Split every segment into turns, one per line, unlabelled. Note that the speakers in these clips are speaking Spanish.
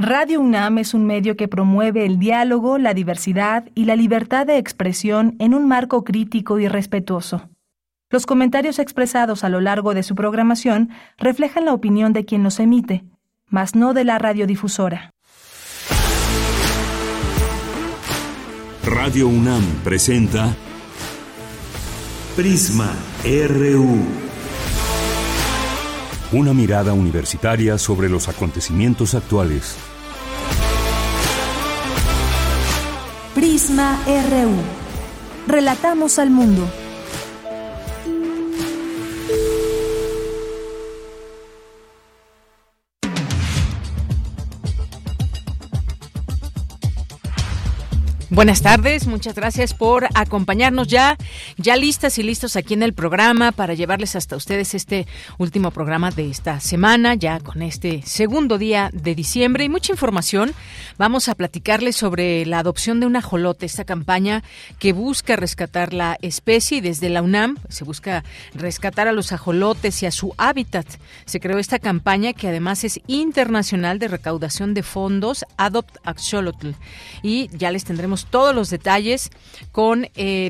Radio UNAM es un medio que promueve el diálogo, la diversidad y la libertad de expresión en un marco crítico y respetuoso. Los comentarios expresados a lo largo de su programación reflejan la opinión de quien los emite, mas no de la radiodifusora.
Radio UNAM presenta Prisma RU. Una mirada universitaria sobre los acontecimientos actuales.
Prisma RU. Relatamos al mundo.
Buenas tardes, muchas gracias por acompañarnos ya listas y listos aquí en el programa para llevarles hasta ustedes este último programa de esta semana, ya con este segundo día de diciembre y mucha información. Vamos a platicarles sobre la adopción de un ajolote, esta campaña que busca rescatar la especie y desde la UNAM se busca rescatar a los ajolotes y a su hábitat. Se creó esta campaña que además es internacional de recaudación de fondos Adopt Axolotl y ya les tendremos todos los detalles con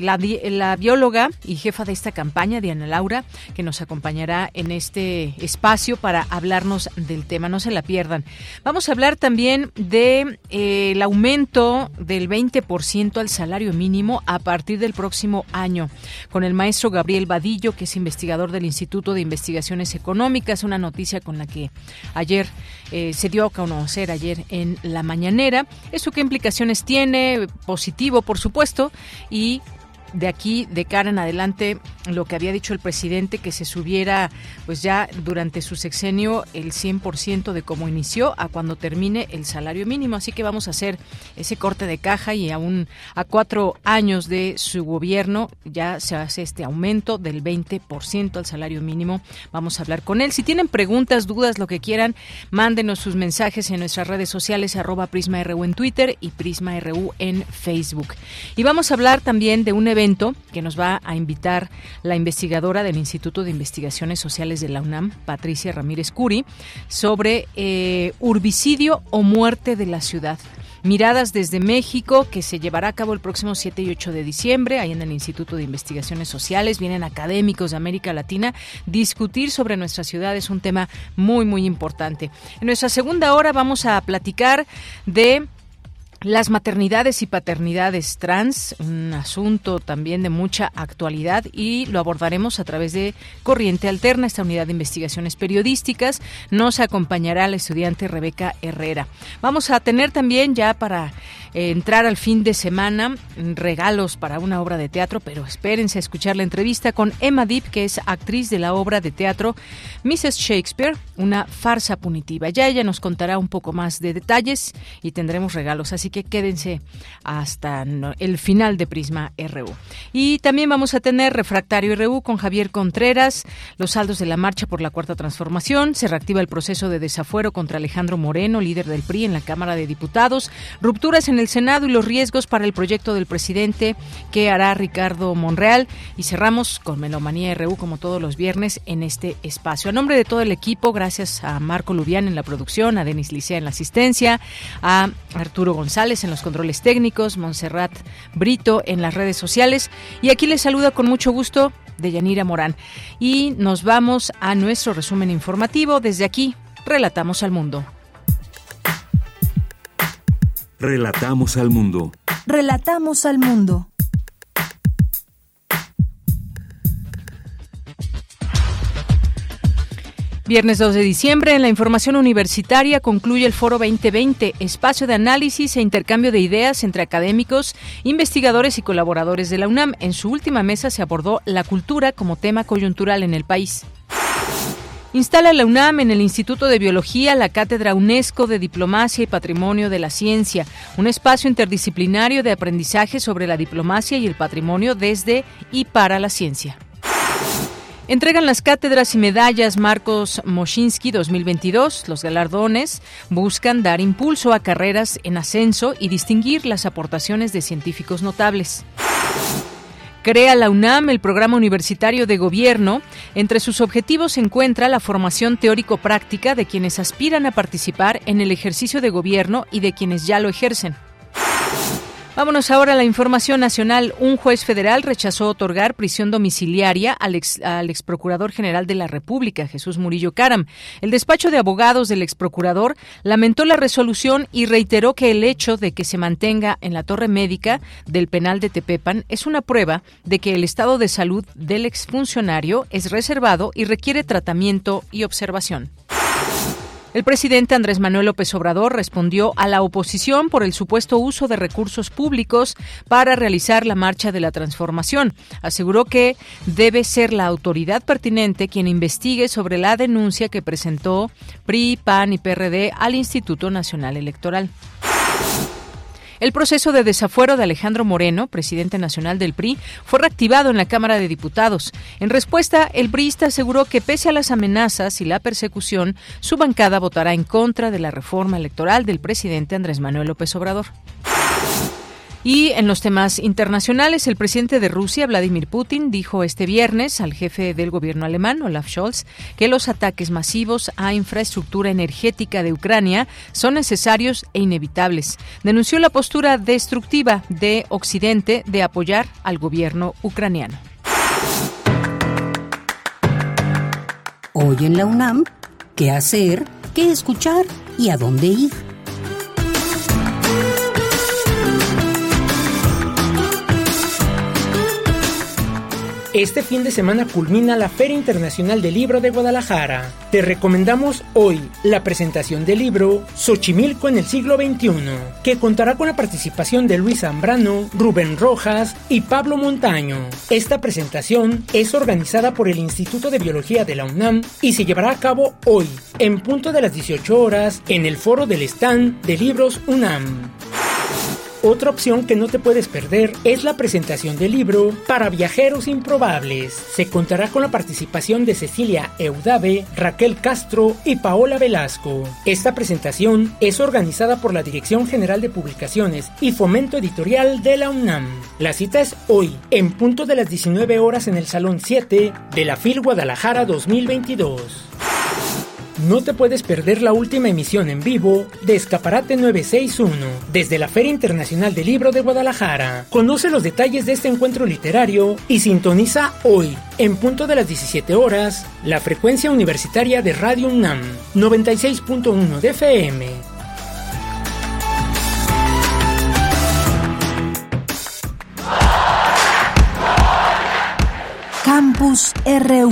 la bióloga y jefa de esta campaña, Diana Laura, que nos acompañará en este espacio para hablarnos del tema. No se la pierdan. Vamos a hablar también de el aumento del 20% al salario mínimo a partir del próximo año, con el maestro Gabriel Vadillo, que es investigador del Instituto de Investigaciones Económicas, una noticia con la que ayer se dio a conocer ayer en la mañanera. ¿Eso qué implicaciones tiene? Positivo, por supuesto, y de aquí, de cara en adelante, lo que había dicho el presidente, que se subiera pues ya durante su sexenio el 100% de cómo inició a cuando termine el salario mínimo. Así que vamos a hacer ese corte de caja y aún a 4 años de su gobierno ya se hace este aumento del 20% al salario mínimo. Vamos a hablar con él. Si tienen preguntas, dudas, lo que quieran, mándenos sus mensajes en nuestras redes sociales, @PrismaRU en Twitter y PrismaRU en Facebook. Y vamos a hablar también de un evento que nos va a invitar la investigadora del Instituto de Investigaciones Sociales de la UNAM, Patricia Ramírez Curi, sobre urbicidio o muerte de la ciudad. Miradas desde México, que se llevará a cabo el próximo 7 y 8 de diciembre, ahí en el Instituto de Investigaciones Sociales. Vienen académicos de América Latina. Discutir sobre nuestra ciudad es un tema muy, muy importante. En nuestra segunda hora vamos a platicar de las maternidades y paternidades trans, un asunto también de mucha actualidad y lo abordaremos a través de Corriente Alterna, esta unidad de investigaciones periodísticas. Nos acompañará la estudiante Rebeca Herrera. Vamos a tener también ya para entrar al fin de semana regalos para una obra de teatro, pero espérense a escuchar la entrevista con Emma Deep, que es actriz de la obra de teatro Mrs. Shakespeare, una farsa punitiva. Ya ella nos contará un poco más de detalles y tendremos regalos, así que quédense hasta el final de Prisma RU. Y también vamos a tener Refractario RU con Javier Contreras, los saldos de la marcha por la Cuarta Transformación, se reactiva el proceso de desafuero contra Alejandro Moreno, líder del PRI en la Cámara de Diputados, rupturas en el Senado y los riesgos para el proyecto del presidente que hará Ricardo Monreal, y cerramos con Melomanía RU como todos los viernes en este espacio. A nombre de todo el equipo, gracias a Marco Lubián en la producción, a Denis Licea en la asistencia, a Arturo González en los controles técnicos, Montserrat Brito en las redes sociales, y aquí les saluda con mucho gusto Deyanira Morán. Y nos vamos a nuestro resumen informativo. Desde aquí, relatamos al mundo.
Relatamos al mundo.
Relatamos al mundo.
Viernes 2 de diciembre, en la información universitaria concluye el Foro 2020, espacio de análisis e intercambio de ideas entre académicos, investigadores y colaboradores de la UNAM. En su última mesa se abordó la cultura como tema coyuntural en el país. Instala la UNAM en el Instituto de Biología la Cátedra UNESCO de Diplomacia y Patrimonio de la Ciencia, un espacio interdisciplinario de aprendizaje sobre la diplomacia y el patrimonio desde y para la ciencia. Entregan las cátedras y medallas Marcos Moschinsky 2022. Los galardones buscan dar impulso a carreras en ascenso y distinguir las aportaciones de científicos notables. Crea la UNAM el Programa Universitario de Gobierno. Entre sus objetivos se encuentra la formación teórico-práctica de quienes aspiran a participar en el ejercicio de gobierno y de quienes ya lo ejercen. Vámonos ahora a la información nacional. Un juez federal rechazó otorgar prisión domiciliaria al ex procurador general de la República, Jesús Murillo Caram. El despacho de abogados del ex procurador lamentó la resolución y reiteró que el hecho de que se mantenga en la torre médica del penal de Tepepan es una prueba de que el estado de salud del exfuncionario es reservado y requiere tratamiento y observación. El presidente Andrés Manuel López Obrador respondió a la oposición por el supuesto uso de recursos públicos para realizar la Marcha de la Transformación. Aseguró que debe ser la autoridad pertinente quien investigue sobre la denuncia que presentó PRI, PAN y PRD al Instituto Nacional Electoral. El proceso de desafuero de Alejandro Moreno, presidente nacional del PRI, fue reactivado en la Cámara de Diputados. En respuesta, el priista aseguró que pese a las amenazas y la persecución, su bancada votará en contra de la reforma electoral del presidente Andrés Manuel López Obrador. Y en los temas internacionales, el presidente de Rusia, Vladimir Putin, dijo este viernes al jefe del gobierno alemán, Olaf Scholz, que los ataques masivos a infraestructura energética de Ucrania son necesarios e inevitables. Denunció la postura destructiva de Occidente de apoyar al gobierno ucraniano.
Hoy en la UNAM, ¿qué hacer, qué escuchar y a dónde ir?
Este fin de semana culmina la Feria Internacional del Libro de Guadalajara. Te recomendamos hoy la presentación del libro Xochimilco en el siglo XXI, que contará con la participación de Luis Zambrano, Rubén Rojas y Pablo Montaño. Esta presentación es organizada por el Instituto de Biología de la UNAM y se llevará a cabo hoy, en punto de las 18 horas, en el foro del stand de Libros UNAM. Otra opción que no te puedes perder es la presentación del libro Para Viajeros Improbables. Se contará con la participación de Cecilia Eudave, Raquel Castro y Paola Velasco. Esta presentación es organizada por la Dirección General de Publicaciones y Fomento Editorial de la UNAM. La cita es hoy, en punto de las 19 horas en el Salón 7 de la FIL Guadalajara 2022. No te puedes perder la última emisión en vivo de Escaparate 961 desde la Feria Internacional del Libro de Guadalajara. Conoce los detalles de este encuentro literario y sintoniza hoy, en punto de las 17 horas, la frecuencia universitaria de Radio UNAM, 96.1 de FM.
Campus RU.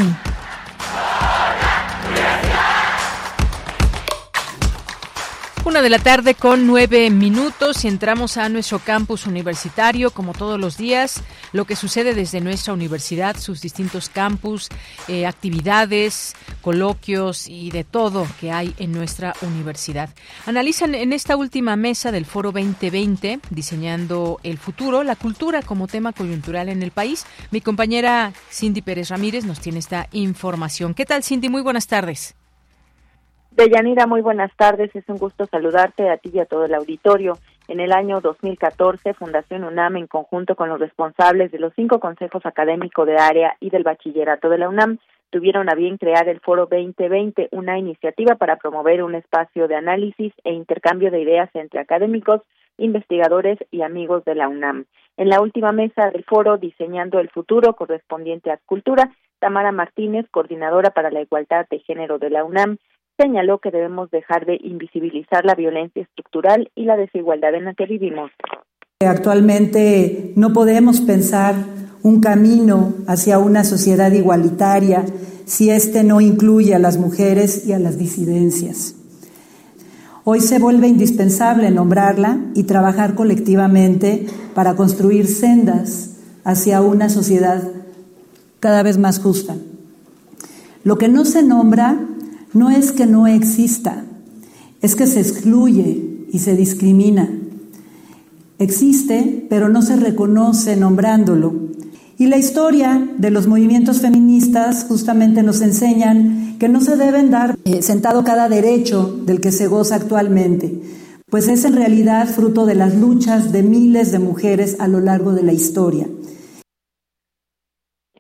Una de la tarde con 9 minutos y entramos a nuestro campus universitario, como todos los días, lo que sucede desde nuestra universidad, sus distintos campus, actividades, coloquios y de todo que hay en nuestra universidad. Analizan en esta última mesa del Foro 2020, Diseñando el Futuro, la cultura como tema coyuntural en el país. Mi compañera Cindy Pérez Ramírez nos tiene esta información. ¿Qué tal, Cindy? Muy buenas tardes.
Deyanira, muy buenas tardes. Es un gusto saludarte a ti y a todo el auditorio. En el año 2014, Fundación UNAM, en conjunto con los responsables de los 5 consejos académicos de área y del bachillerato de la UNAM, tuvieron a bien crear el Foro 2020, una iniciativa para promover un espacio de análisis e intercambio de ideas entre académicos, investigadores y amigos de la UNAM. En la última mesa del foro Diseñando el Futuro, correspondiente a Cultura, Tamara Martínez, coordinadora para la igualdad de género de la UNAM, señaló que debemos dejar de invisibilizar la violencia estructural y la desigualdad en la que vivimos.
Actualmente no podemos pensar un camino hacia una sociedad igualitaria si éste no incluye a las mujeres y a las disidencias. Hoy se vuelve indispensable nombrarla y trabajar colectivamente para construir sendas hacia una sociedad cada vez más justa. Lo que no se nombra no es que no exista, es que se excluye y se discrimina. Existe, pero no se reconoce nombrándolo. Y la historia de los movimientos feministas justamente nos enseñan que no se deben dar sentado cada derecho del que se goza actualmente, pues es en realidad fruto de las luchas de miles de mujeres a lo largo de la historia.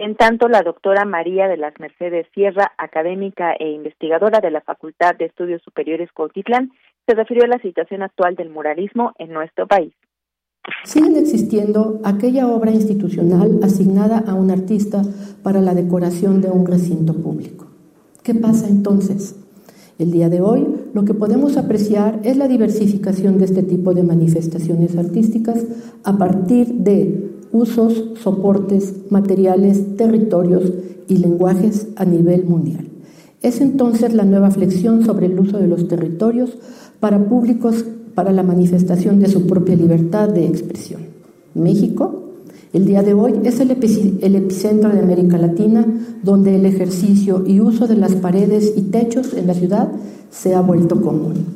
En tanto, la doctora María de las Mercedes Sierra, académica e investigadora de la Facultad de Estudios Superiores Cuautitlán, se refirió a la situación actual del muralismo en nuestro país.
Siguen existiendo aquella obra institucional asignada a un artista para la decoración de un recinto público. ¿Qué pasa entonces? El día de hoy, lo que podemos apreciar es la diversificación de este tipo de manifestaciones artísticas a partir de usos, soportes, materiales, territorios y lenguajes a nivel mundial. Es entonces la nueva flexión sobre el uso de los territorios para públicos para la manifestación de su propia libertad de expresión. México, el día de hoy, es el epicentro de América Latina, donde el ejercicio y uso de las paredes y techos en la ciudad se ha vuelto común.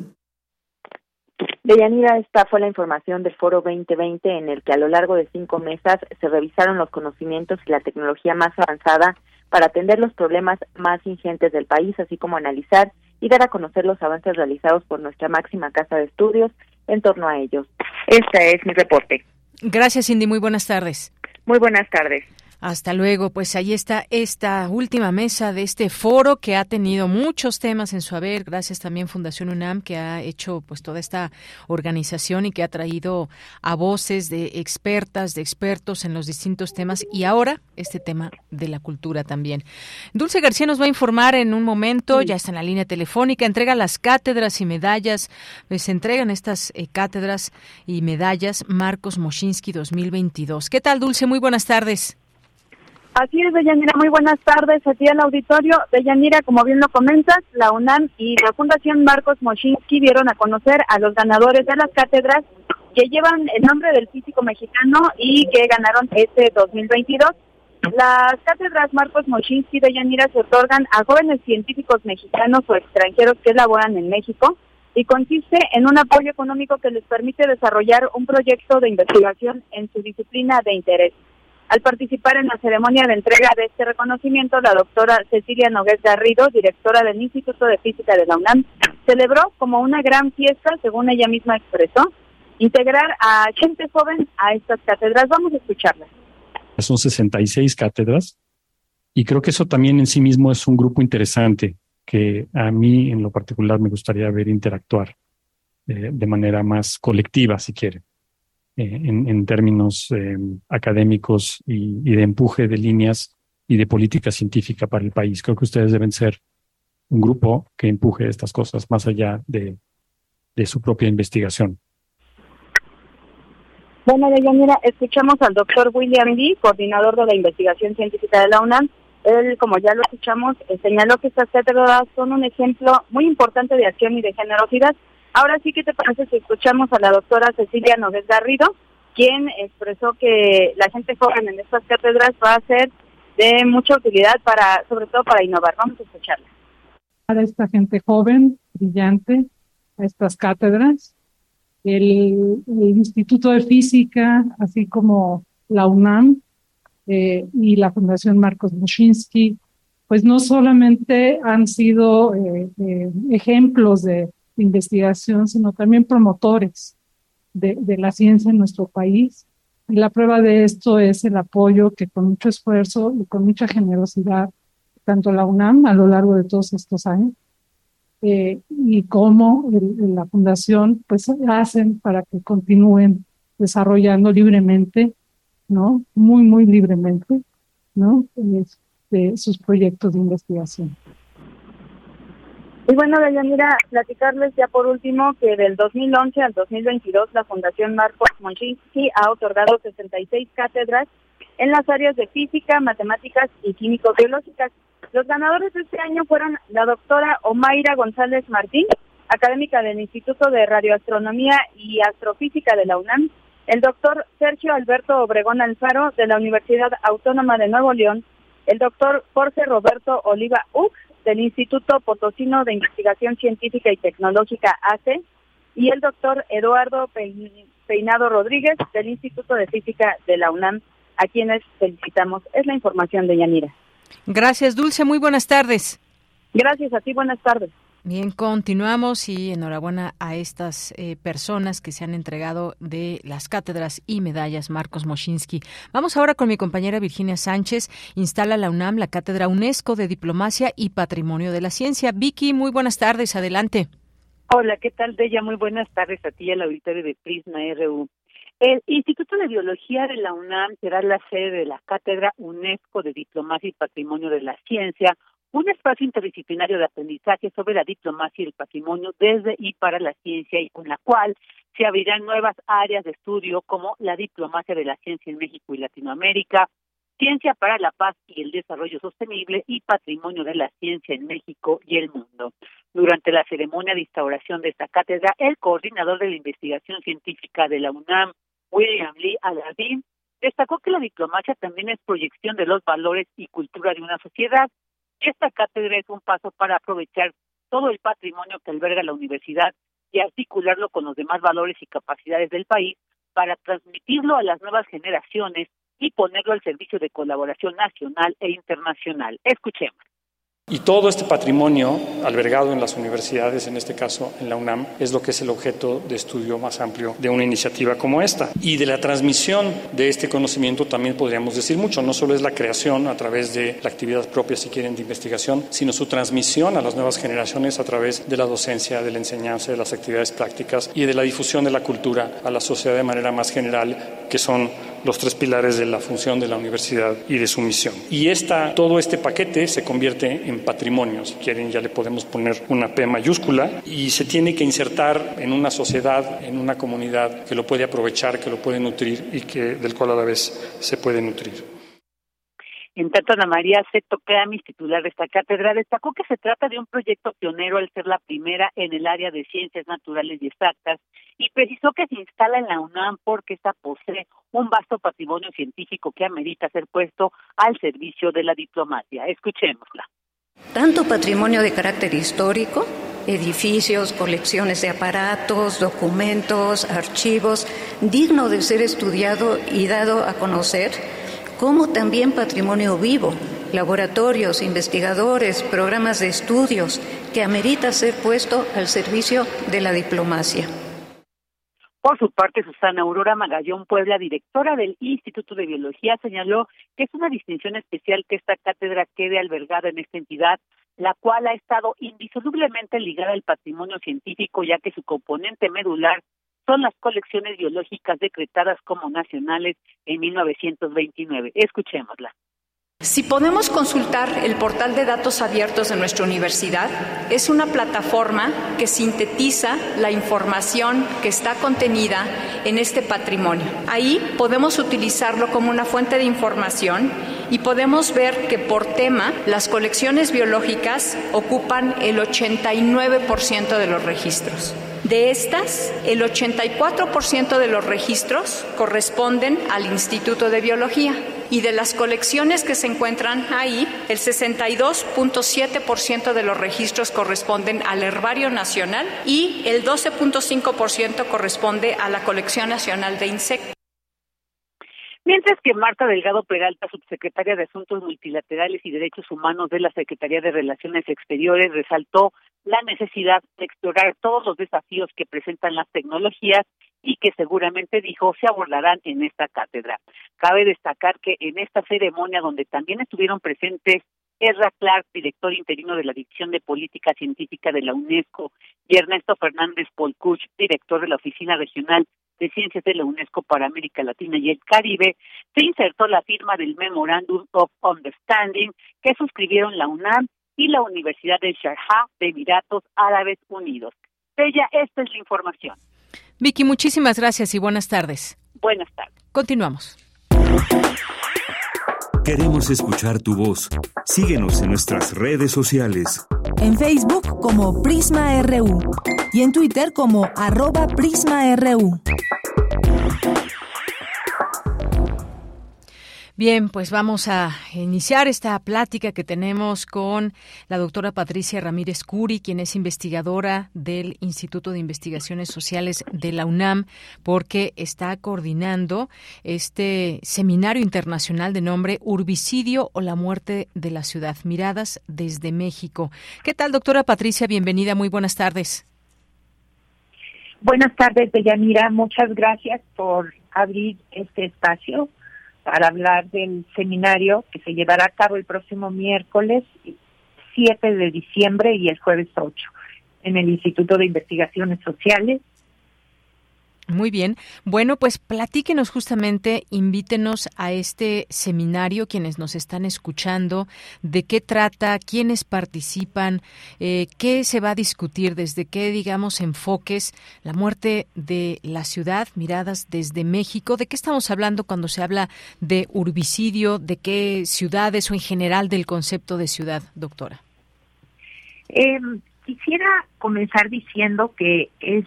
Deyanira, esta fue la información del Foro 2020, en el que a lo largo de 5 mesas se revisaron los conocimientos y la tecnología más avanzada para atender los problemas más ingentes del país, así como analizar y dar a conocer los avances realizados por nuestra máxima casa de estudios en torno a ellos. Este es mi reporte.
Gracias, Cindy. Muy buenas tardes.
Muy buenas tardes.
Hasta luego. Pues ahí está esta última mesa de este foro que ha tenido muchos temas en su haber. Gracias también Fundación UNAM, que ha hecho pues toda esta organización y que ha traído a voces de expertas, de expertos en los distintos temas, y ahora este tema de la cultura también. Dulce García nos va a informar en un momento, ya está en la línea telefónica, entrega las cátedras y medallas. Se entregan estas cátedras y medallas Marcos Moschinsky 2022. ¿Qué tal, Dulce? Muy buenas tardes.
Así es, Deyanira, muy buenas tardes a ti al auditorio. Deyanira, como bien lo comentas, la UNAM y la Fundación Marcos Moschinsky dieron a conocer a los ganadores de las cátedras que llevan el nombre del físico mexicano y que ganaron este 2022. Las cátedras Marcos Moschinsky, Deyanira, se otorgan a jóvenes científicos mexicanos o extranjeros que laboran en México y consiste en un apoyo económico que les permite desarrollar un proyecto de investigación en su disciplina de interés. Al participar en la ceremonia de entrega de este reconocimiento, la doctora Cecilia Nogués Garrido, directora del Instituto de Física de la UNAM, celebró como una gran fiesta, según ella misma expresó, integrar a gente joven a estas cátedras. Vamos a escucharla.
Son 66 cátedras y creo que eso también en sí mismo es un grupo interesante que a mí en lo particular me gustaría ver interactuar de manera más colectiva, si quiere. En términos académicos y de empuje de líneas y de política científica para el país. Creo que ustedes deben ser un grupo que empuje estas cosas más allá de su propia investigación.
Bueno, Deyanira, escuchamos al doctor William Lee, coordinador de la investigación científica de la UNAM. Él, como ya lo escuchamos, señaló que estas cátedras son un ejemplo muy importante de acción y de generosidad. Ahora sí, ¿qué te parece si escuchamos a la doctora Cecilia Nogués Garrido, quien expresó que la gente joven en estas cátedras va a ser de mucha utilidad sobre todo para innovar? Vamos a escucharla.
Para esta gente joven, brillante, a estas cátedras, el Instituto de Física, así como la UNAM y la Fundación Marcos Moschinsky, pues no solamente han sido ejemplos de investigación, sino también promotores de la ciencia en nuestro país. Y la prueba de esto es el apoyo que con mucho esfuerzo y con mucha generosidad, tanto la UNAM a lo largo de todos estos años, y como la Fundación, pues hacen para que continúen desarrollando libremente, ¿no? Muy, muy libremente, ¿no? Sus proyectos de investigación.
Y bueno, Deyanira, platicarles ya por último que del 2011 al 2022 la Fundación Marcos Moschinsky ha otorgado 66 cátedras en las áreas de física, matemáticas y químico-biológicas. Los ganadores de este año fueron la doctora Omaira González Martín, académica del Instituto de Radioastronomía y Astrofísica de la UNAM, el doctor Sergio Alberto Obregón Alfaro de la Universidad Autónoma de Nuevo León, el doctor Jorge Roberto Oliva Ux, del Instituto Potosino de Investigación Científica y Tecnológica ACE, y el doctor Eduardo Peinado Rodríguez, del Instituto de Física de la UNAM, a quienes felicitamos. Es la información de Yanira.
Gracias, Dulce. Muy buenas tardes.
Gracias a ti. Buenas tardes.
Bien, continuamos y enhorabuena a estas personas que se han entregado de las cátedras y medallas Marcos Moschinsky. Vamos ahora con mi compañera Virginia Sánchez. Instala la UNAM la Cátedra UNESCO de Diplomacia y Patrimonio de la Ciencia. Vicky, muy buenas tardes, adelante.
Hola, ¿qué tal, Deya? Muy buenas tardes a ti y al auditorio de Prisma RU. El Instituto de Biología de la UNAM será la sede de la Cátedra UNESCO de Diplomacia y Patrimonio de la Ciencia, un espacio interdisciplinario de aprendizaje sobre la diplomacia y el patrimonio desde y para la ciencia, y con la cual se abrirán nuevas áreas de estudio como la diplomacia de la ciencia en México y Latinoamérica, ciencia para la paz y el desarrollo sostenible y patrimonio de la ciencia en México y el mundo. Durante la ceremonia de instauración de esta cátedra, el coordinador de la investigación científica de la UNAM, William Lee Alardín, destacó que la diplomacia también es proyección de los valores y cultura de una sociedad. Esta cátedra es un paso para aprovechar todo el patrimonio que alberga la universidad y articularlo con los demás valores y capacidades del país para transmitirlo a las nuevas generaciones y ponerlo al servicio de colaboración nacional e internacional. Escuchemos.
Y todo este patrimonio albergado en las universidades, en este caso en la UNAM, es lo que es el objeto de estudio más amplio de una iniciativa como esta. Y de la transmisión de este conocimiento también podríamos decir mucho. No solo es la creación a través de la actividad propia, si quieren, de investigación, sino su transmisión a las nuevas generaciones a través de la docencia, de la enseñanza, de las actividades prácticas y de la difusión de la cultura a la sociedad de manera más general, que son los tres pilares de la función de la universidad y de su misión. Y todo este paquete se convierte en patrimonio, si quieren ya le podemos poner una P mayúscula, y se tiene que insertar en una sociedad, en una comunidad que lo puede aprovechar, que lo puede nutrir y del cual a la vez se puede nutrir.
En tanto, Ana María Seto Camis, titular de esta cátedra, destacó que se trata de un proyecto pionero al ser la primera en el área de ciencias naturales y exactas, y precisó que se instala en la UNAM porque esta posee un vasto patrimonio científico que amerita ser puesto al servicio de la diplomacia. Escuchémosla.
Tanto patrimonio de carácter histórico, edificios, colecciones de aparatos, documentos, archivos, digno de ser estudiado y dado a conocer, como también patrimonio vivo, laboratorios, investigadores, programas de estudios, que amerita ser puesto al servicio de la diplomacia.
Por su parte, Susana Aurora Magallón Puebla, directora del Instituto de Biología, señaló que es una distinción especial que esta cátedra quede albergada en esta entidad, la cual ha estado indisolublemente ligada al patrimonio científico, ya que su componente medular son las colecciones biológicas decretadas como nacionales en 1929. Escuchémosla.
Si podemos consultar el portal de datos abiertos de nuestra universidad, es una plataforma que sintetiza la información que está contenida en este patrimonio. Ahí podemos utilizarlo como una fuente de información y podemos ver que por tema las colecciones biológicas ocupan el 89% de los registros. De estas, el 84% de los registros corresponden al Instituto de Biología y de las colecciones que se encuentran ahí, el 62.7% de los registros corresponden al Herbario Nacional y el 12.5% corresponde a la Colección Nacional de Insectos.
Mientras que Marta Delgado Peralta, subsecretaria de Asuntos Multilaterales y Derechos Humanos de la Secretaría de Relaciones Exteriores, resaltó la necesidad de explorar todos los desafíos que presentan las tecnologías y que seguramente, dijo, se abordarán en esta cátedra. Cabe destacar que en esta ceremonia, donde también estuvieron presentes Ezra Clark, director interino de la División de Política Científica de la UNESCO, y Ernesto Fernández Polcuch, director de la Oficina Regional de Ciencias de la UNESCO para América Latina y el Caribe, se insertó la firma del Memorandum of Understanding que suscribieron la UNAM y la Universidad de Sharjah de Emiratos Árabes Unidos. Ella, esta es la información.
Vicky, muchísimas gracias y buenas tardes.
Buenas tardes.
Continuamos.
Queremos escuchar tu voz. Síguenos en nuestras redes sociales.
En Facebook como Prisma RU y en Twitter como @PrismaRU.
Bien, pues vamos a iniciar esta plática que tenemos con la doctora Patricia Ramírez Curi, quien es investigadora del Instituto de Investigaciones Sociales de la UNAM, porque está coordinando este seminario internacional de nombre Urbicidio o la muerte de la ciudad, miradas desde México. ¿Qué tal, doctora Patricia? Bienvenida, muy buenas tardes.
Buenas tardes, Deyanira. Muchas gracias por abrir este espacio para hablar del seminario que se llevará a cabo el próximo miércoles 7 de diciembre y el jueves 8 en el Instituto de Investigaciones Sociales.
Muy bien. Bueno, pues platíquenos justamente, invítenos a este seminario, quienes nos están escuchando, de qué trata, quiénes participan, qué se va a discutir, desde qué, digamos, enfoques, la muerte de la ciudad, miradas desde México. ¿De qué estamos hablando cuando se habla de urbicidio? ¿De qué ciudades o en general del concepto de ciudad, doctora?
Quisiera comenzar diciendo que es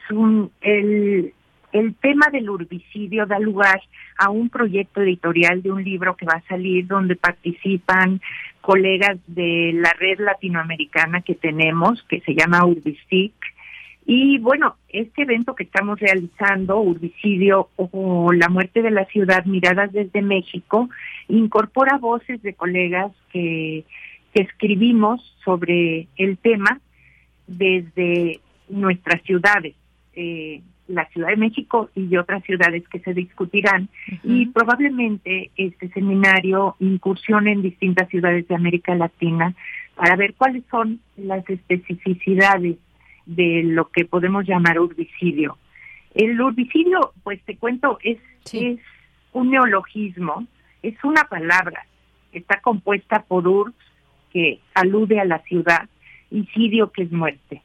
el tema del urbicidio da lugar a un proyecto editorial de un libro que va a salir, donde participan colegas de la red latinoamericana que tenemos, que se llama Urbicic. Y bueno, este evento que estamos realizando, Urbicidio o la muerte de la ciudad, miradas desde México, incorpora voces de colegas que escribimos sobre el tema desde nuestras ciudades, la Ciudad de México y otras ciudades que se discutirán, y probablemente este seminario incursione en distintas ciudades de América Latina para ver cuáles son las especificidades de lo que podemos llamar urbicidio. El urbicidio, pues te cuento, es un neologismo, es una palabra, está compuesta por urbs, que alude a la ciudad, y cidio, que es muerte.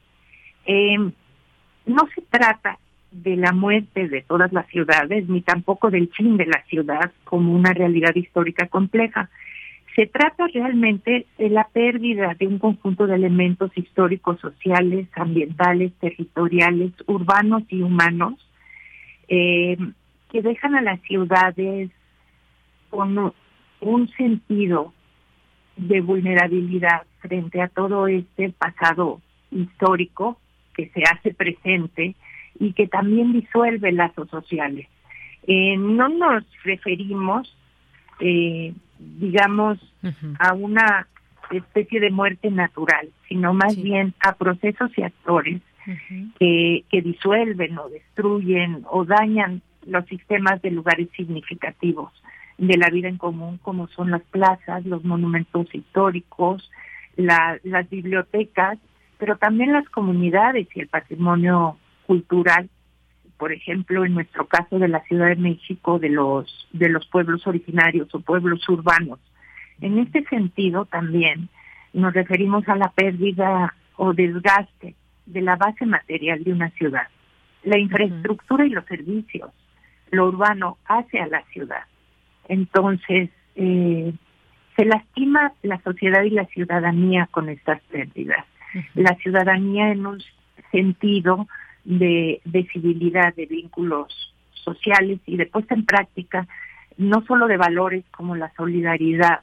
No se trata de la muerte de todas las ciudades, ni tampoco del fin de la ciudad como una realidad histórica compleja. Se trata realmente de la pérdida de un conjunto de elementos históricos, sociales, ambientales, territoriales, urbanos y humanos, que dejan a las ciudades con un sentido de vulnerabilidad frente a todo este pasado histórico que se hace presente y que también disuelve lazos sociales. No nos referimos, digamos, a una especie de muerte natural, sino más bien a procesos y actores que disuelven o destruyen o dañan los sistemas de lugares significativos de la vida en común, como son las plazas, los monumentos históricos, las bibliotecas, pero también las comunidades y el patrimonio cultural, por ejemplo, en nuestro caso de la Ciudad de México, de los pueblos originarios o pueblos urbanos. En este sentido también nos referimos a la pérdida o desgaste de la base material de una ciudad, la infraestructura y los servicios, lo urbano hacia la ciudad. Entonces, se lastima la sociedad y la ciudadanía con estas pérdidas. La ciudadanía en un sentido de civilidad, de vínculos sociales y de puesta en práctica, no solo de valores como la solidaridad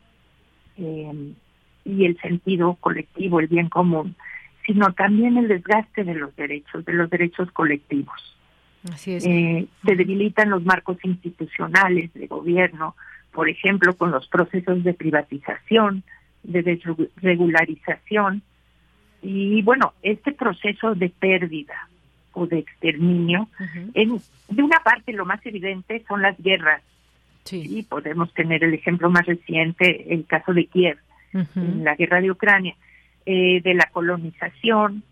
y el sentido colectivo, el bien común, sino también el desgaste de los derechos colectivos.
Así es.
Se debilitan los marcos institucionales de gobierno, por ejemplo, con los procesos de privatización, de desregularización, y bueno, este proceso de pérdida o de exterminio, de una parte lo más evidente son las guerras, y podemos tener el ejemplo más reciente, el caso de Kiev, en la guerra de Ucrania, de la colonización,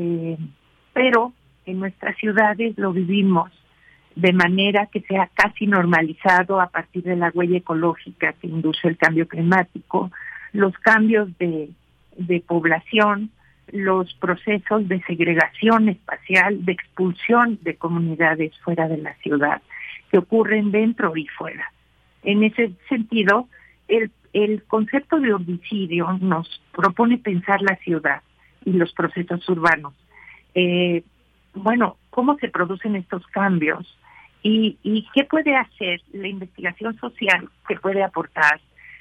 pero en nuestras ciudades lo vivimos de manera que se ha casi normalizado a partir de la huella ecológica que induce el cambio climático, los cambios de población, los procesos de segregación espacial, de expulsión de comunidades fuera de la ciudad, que ocurren dentro y fuera. En ese sentido, el concepto de urbicidio nos propone pensar la ciudad y los procesos urbanos. Bueno, ¿cómo se producen estos cambios ¿Y qué puede hacer la investigación social? ¿Qué puede aportar?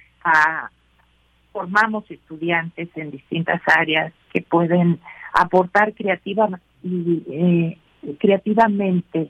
Formamos estudiantes en distintas áreas que pueden aportar creativamente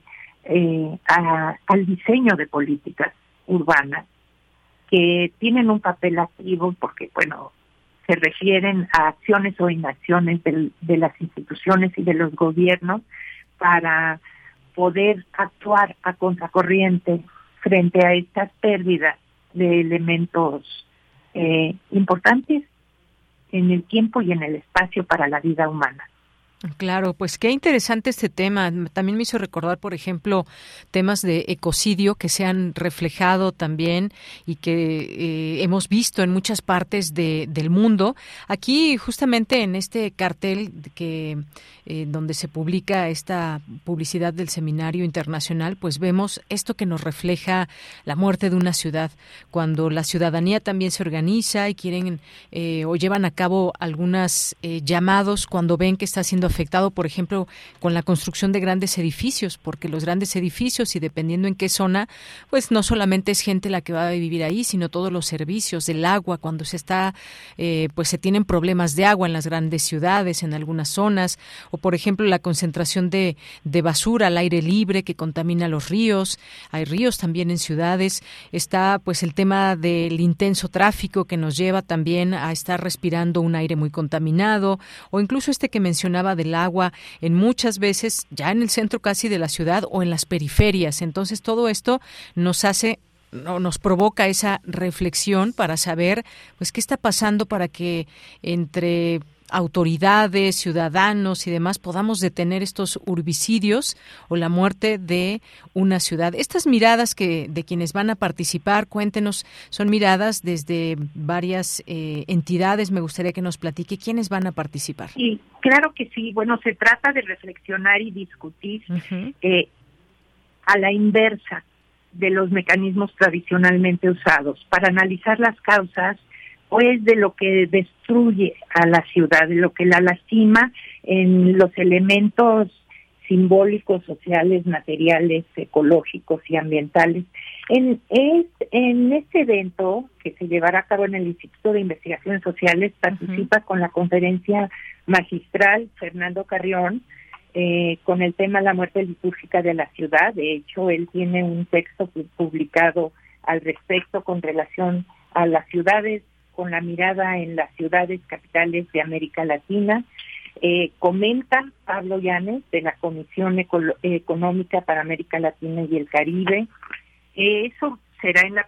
al diseño de políticas urbanas que tienen un papel activo porque, bueno, se refieren a acciones o inacciones de las instituciones y de los gobiernos para poder actuar a contracorriente frente a estas pérdidas de elementos importantes en el tiempo y en el espacio para la vida humana.
Claro, pues qué interesante este tema. También me hizo recordar, por ejemplo, temas de ecocidio que se han reflejado también y que hemos visto en muchas partes del mundo. Aquí, justamente en este cartel que donde se publica esta publicidad del Seminario Internacional, pues vemos esto que nos refleja la muerte de una ciudad. Cuando la ciudadanía también se organiza y quieren o llevan a cabo algunos llamados cuando ven que está siendo afectado, por ejemplo, con la construcción de grandes edificios, porque los grandes edificios, y dependiendo en qué zona, pues no solamente es gente la que va a vivir ahí, sino todos los servicios del agua, cuando se está, pues se tienen problemas de agua en las grandes ciudades, en algunas zonas, o por ejemplo la concentración de basura al aire libre que contamina los ríos. Hay ríos también en ciudades. Está pues el tema del intenso tráfico que nos lleva también a estar respirando un aire muy contaminado, o incluso este que mencionaba del agua, en muchas veces ya en el centro casi de la ciudad o en las periferias. Entonces todo esto nos provoca esa reflexión para saber pues qué está pasando para que entre autoridades, ciudadanos y demás podamos detener estos urbicidios o la muerte de una ciudad. Estas miradas de quienes van a participar, cuéntenos, son miradas desde varias entidades. Me gustaría que nos platique quiénes van a participar.
Sí, claro que sí. Bueno, se trata de reflexionar y discutir a la inversa de los mecanismos tradicionalmente usados para analizar las causas pues de lo que destruye a la ciudad, de lo que la lastima en los elementos simbólicos, sociales, materiales, ecológicos y ambientales. En este evento que se llevará a cabo en el Instituto de Investigaciones Sociales participa con la conferencia magistral Fernando Carrión con el tema La muerte litúrgica de la ciudad. De hecho, él tiene un texto publicado al respecto con relación a las ciudades, con la mirada en las ciudades capitales de América Latina. Comenta Pablo Llanes de la Comisión Económica para América Latina y el Caribe. Eso será en la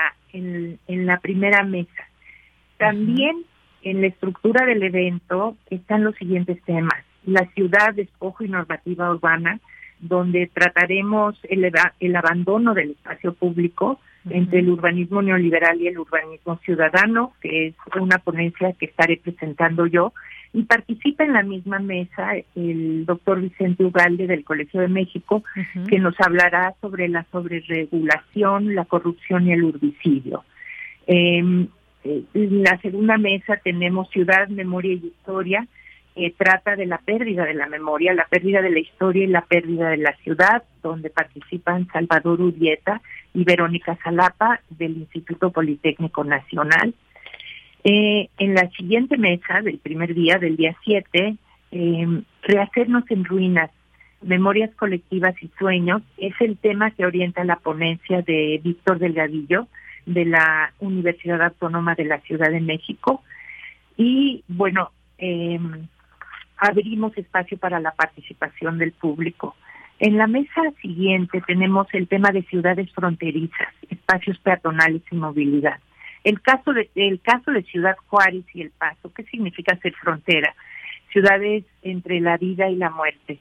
primera mesa. También en la estructura del evento están los siguientes temas: la ciudad, despojo y normativa urbana, donde trataremos el abandono del espacio público entre el urbanismo neoliberal y el urbanismo ciudadano, que es una ponencia que estaré presentando yo, y participa en la misma mesa el doctor Vicente Ugalde del Colegio de México, que nos hablará sobre la sobreregulación, la corrupción y el urbicidio. En la segunda mesa tenemos Ciudad, Memoria y Historia, que trata de la pérdida de la memoria, la pérdida de la historia y la pérdida de la ciudad, donde participan Salvador Urrieta y Verónica Salapa del Instituto Politécnico Nacional. En la siguiente mesa del primer día, del día 7, Rehacernos en ruinas, memorias colectivas y sueños, es el tema que orienta la ponencia de Víctor Delgadillo de la Universidad Autónoma de la Ciudad de México. Y bueno, abrimos espacio para la participación del público. En la mesa siguiente tenemos el tema de ciudades fronterizas, espacios peatonales y movilidad. El caso de Ciudad Juárez y El Paso, ¿qué significa ser frontera? Ciudades entre la vida y la muerte.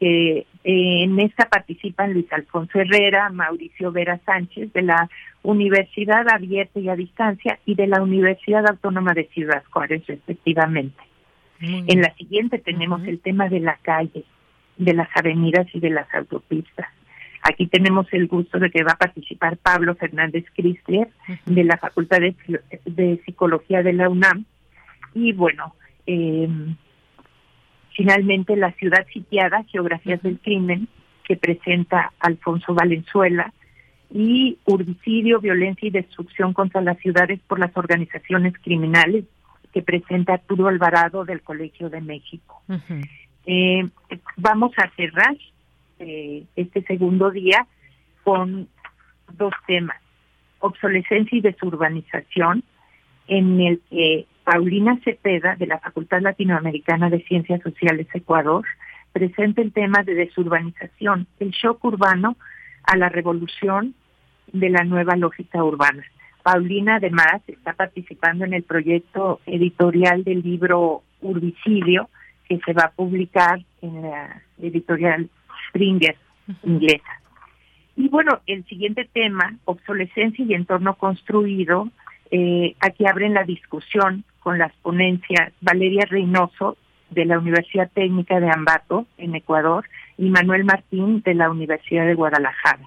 En esta participan Luis Alfonso Herrera, Mauricio Vera Sánchez de la Universidad Abierta y a Distancia y de la Universidad Autónoma de Ciudad Juárez, respectivamente. En la siguiente tenemos el tema de la calle, de las avenidas y de las autopistas. Aquí tenemos el gusto de que va a participar Pablo Fernández Chrysler de la Facultad de Psicología de la UNAM. Y bueno, finalmente la ciudad sitiada, Geografías del Crimen, que presenta Alfonso Valenzuela, y Urbicidio, Violencia y Destrucción contra las Ciudades por las Organizaciones Criminales, que presenta Arturo Alvarado del Colegio de México. Uh-huh. Vamos a cerrar este segundo día con dos temas: obsolescencia y desurbanización, en el que Paulina Cepeda, de la Facultad Latinoamericana de Ciencias Sociales Ecuador, presenta el tema de desurbanización, el shock urbano a la revolución de la nueva lógica urbana. Paulina, además, está participando en el proyecto editorial del libro Urbicidio, que se va a publicar en la editorial Springer inglesa. Y bueno, el siguiente tema, obsolescencia y entorno construido, aquí abren la discusión con las ponencias Valeria Reynoso, de la Universidad Técnica de Ambato, en Ecuador, y Manuel Martín, de la Universidad de Guadalajara.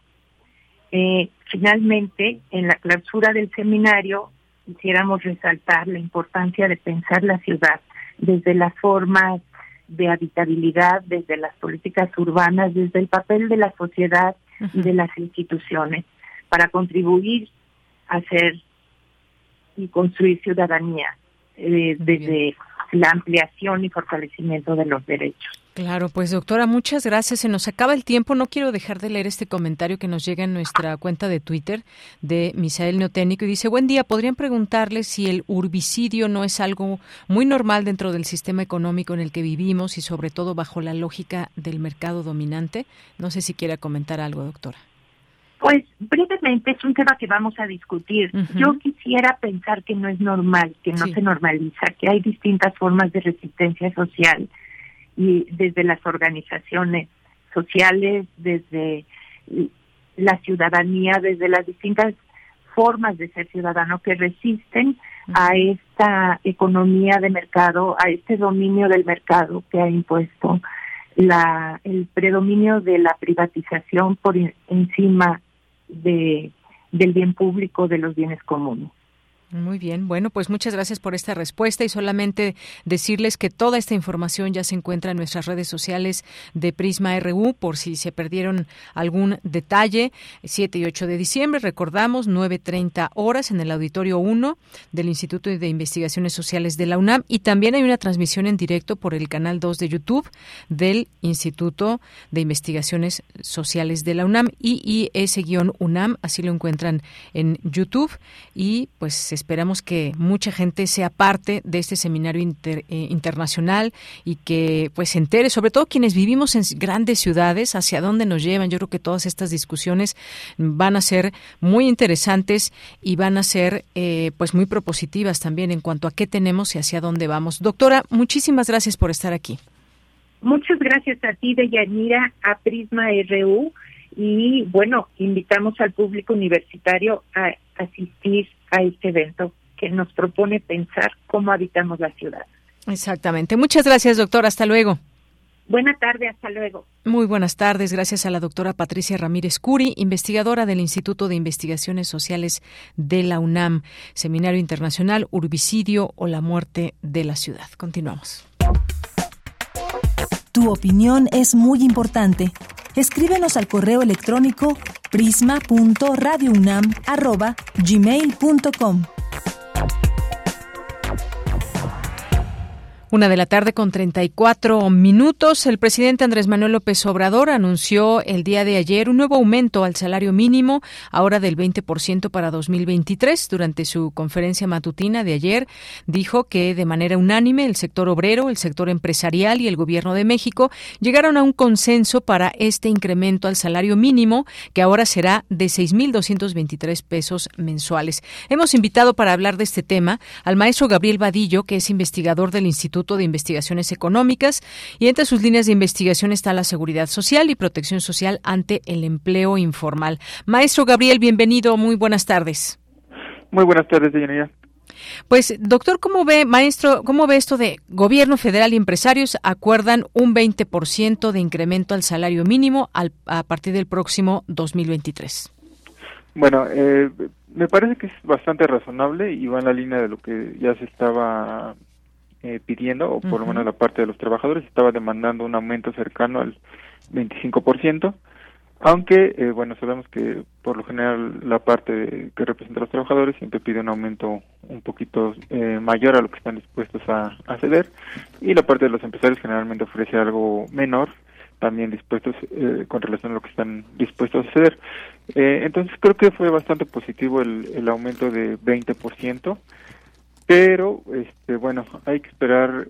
Finalmente, en la clausura del seminario, quisiéramos resaltar la importancia de pensar la ciudad desde las formas de habitabilidad, desde las políticas urbanas, desde el papel de la sociedad y de las instituciones, para contribuir a hacer y construir ciudadanía desde la ampliación y fortalecimiento de los derechos.
Claro, pues doctora, muchas gracias. Se nos acaba el tiempo. No quiero dejar de leer este comentario que nos llega en nuestra cuenta de Twitter de Misael Neoténico, y dice: buen día, ¿podrían preguntarle si el urbicidio no es algo muy normal dentro del sistema económico en el que vivimos y sobre todo bajo la lógica del mercado dominante? No sé si quiera comentar algo, doctora.
Pues brevemente, es un tema que vamos a discutir. Uh-huh. Yo quisiera pensar que no es normal, que no se normaliza, que hay distintas formas de resistencia social, y desde las organizaciones sociales, desde la ciudadanía, desde las distintas formas de ser ciudadano que resisten a esta economía de mercado, a este dominio del mercado que ha impuesto el predominio de la privatización por encima del bien público, de los bienes comunes.
Muy bien, bueno, pues muchas gracias por esta respuesta, y solamente decirles que toda esta información ya se encuentra en nuestras redes sociales de Prisma RU, por si se perdieron algún detalle. 7 y 8 de diciembre, recordamos, 9:30 horas en el Auditorio 1 del Instituto de Investigaciones Sociales de la UNAM, y también hay una transmisión en directo por el canal 2 de YouTube del Instituto de Investigaciones Sociales de la UNAM, IIS-UNAM, así lo encuentran en YouTube, y pues esperamos que mucha gente sea parte de este seminario internacional y que pues se entere, sobre todo quienes vivimos en grandes ciudades, hacia dónde nos llevan. Yo creo que todas estas discusiones van a ser muy interesantes y van a ser pues muy propositivas también en cuanto a qué tenemos y hacia dónde vamos. Doctora, muchísimas gracias por estar aquí.
Muchas gracias a ti, Deyanira, a Prisma RU, y bueno, invitamos al público universitario a asistir a este evento que nos propone pensar cómo habitamos la ciudad.
Exactamente. Muchas gracias, doctora. Hasta luego.
Buena tarde, hasta luego.
Muy buenas tardes. Gracias a la doctora Patricia Ramírez Curi, investigadora del Instituto de Investigaciones Sociales de la UNAM, Seminario Internacional Urbicidio o la muerte de la ciudad. Continuamos.
Tu opinión es muy importante. Escríbenos al correo electrónico prisma.radiounam@gmail.com.
1:34 p.m. El presidente Andrés Manuel López Obrador anunció el día de ayer un nuevo aumento al salario mínimo, ahora del 20% para 2023. Durante su conferencia matutina de ayer, dijo que de manera unánime el sector obrero, el sector empresarial y el Gobierno de México llegaron a un consenso para este incremento al salario mínimo, que ahora será de 6,223 pesos mensuales. Hemos invitado para hablar de este tema al maestro Gabriel Vadillo, que es investigador del Instituto de Investigaciones Económicas, y entre sus líneas de investigación está la seguridad social y protección social ante el empleo informal. Maestro Gabriel, bienvenido, muy buenas tardes.
Muy buenas tardes, Deyanira.
Pues, doctor, ¿cómo ve esto de gobierno federal y empresarios acuerdan un 20% de incremento al salario mínimo a partir del próximo 2023?
Bueno, me parece que es bastante razonable y va en la línea de lo que ya se estaba pidiendo, o por lo menos la parte de los trabajadores estaba demandando un aumento cercano al 25%. Aunque, bueno, sabemos que por lo general la parte que representa a los trabajadores siempre pide un aumento un poquito mayor a lo que están dispuestos a ceder, y la parte de los empresarios generalmente ofrece algo menor, también dispuestos con relación a lo que están dispuestos a ceder. Entonces creo que fue bastante positivo el aumento de 20%, pero bueno, hay que esperar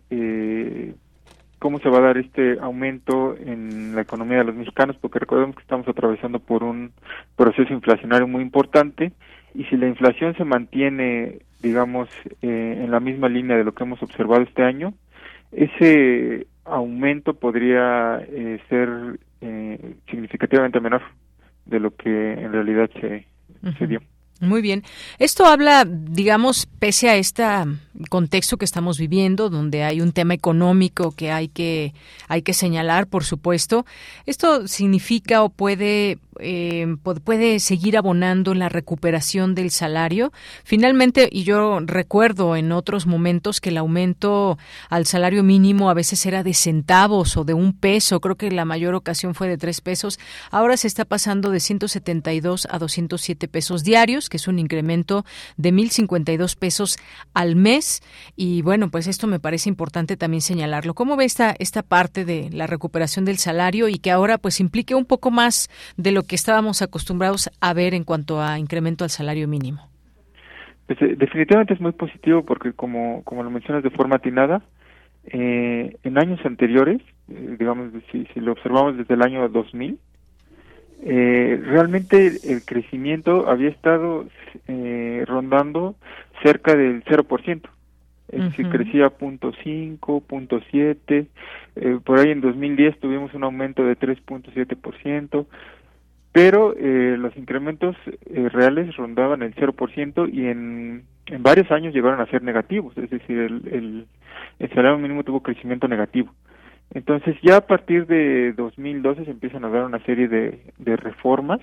cómo se va a dar este aumento en la economía de los mexicanos, porque recordemos que estamos atravesando por un proceso inflacionario muy importante, y si la inflación se mantiene, digamos, en la misma línea de lo que hemos observado este año, ese aumento podría ser significativamente menor de lo que en realidad se dio.
Muy bien. Esto habla, digamos, pese a este contexto que estamos viviendo, donde hay un tema económico que hay que señalar, por supuesto. ¿Esto significa o puede seguir abonando en la recuperación del salario? Finalmente, y yo recuerdo en otros momentos que el aumento al salario mínimo a veces era de centavos o de 1 peso. Creo que la mayor ocasión fue de 3 pesos. Ahora se está pasando de 172 a 207 pesos diarios, que es un incremento de 1,052 pesos al mes. Y bueno, pues esto me parece importante también señalarlo. ¿Cómo ve esta parte de la recuperación del salario y que ahora pues implique un poco más de lo que estábamos acostumbrados a ver en cuanto a incremento al salario mínimo?
Pues, definitivamente es muy positivo porque como lo mencionas de forma atinada, en años anteriores, digamos, si lo observamos desde el año 2000, realmente el crecimiento había estado rondando cerca del 0%. Es decir, crecía 0.5, 0.7, por ahí en 2010 tuvimos un aumento de 3.7%, pero los incrementos reales rondaban el 0% y en varios años llegaron a ser negativos, es decir, el salario mínimo tuvo crecimiento negativo. Entonces ya a partir de 2012 se empiezan a dar una serie de reformas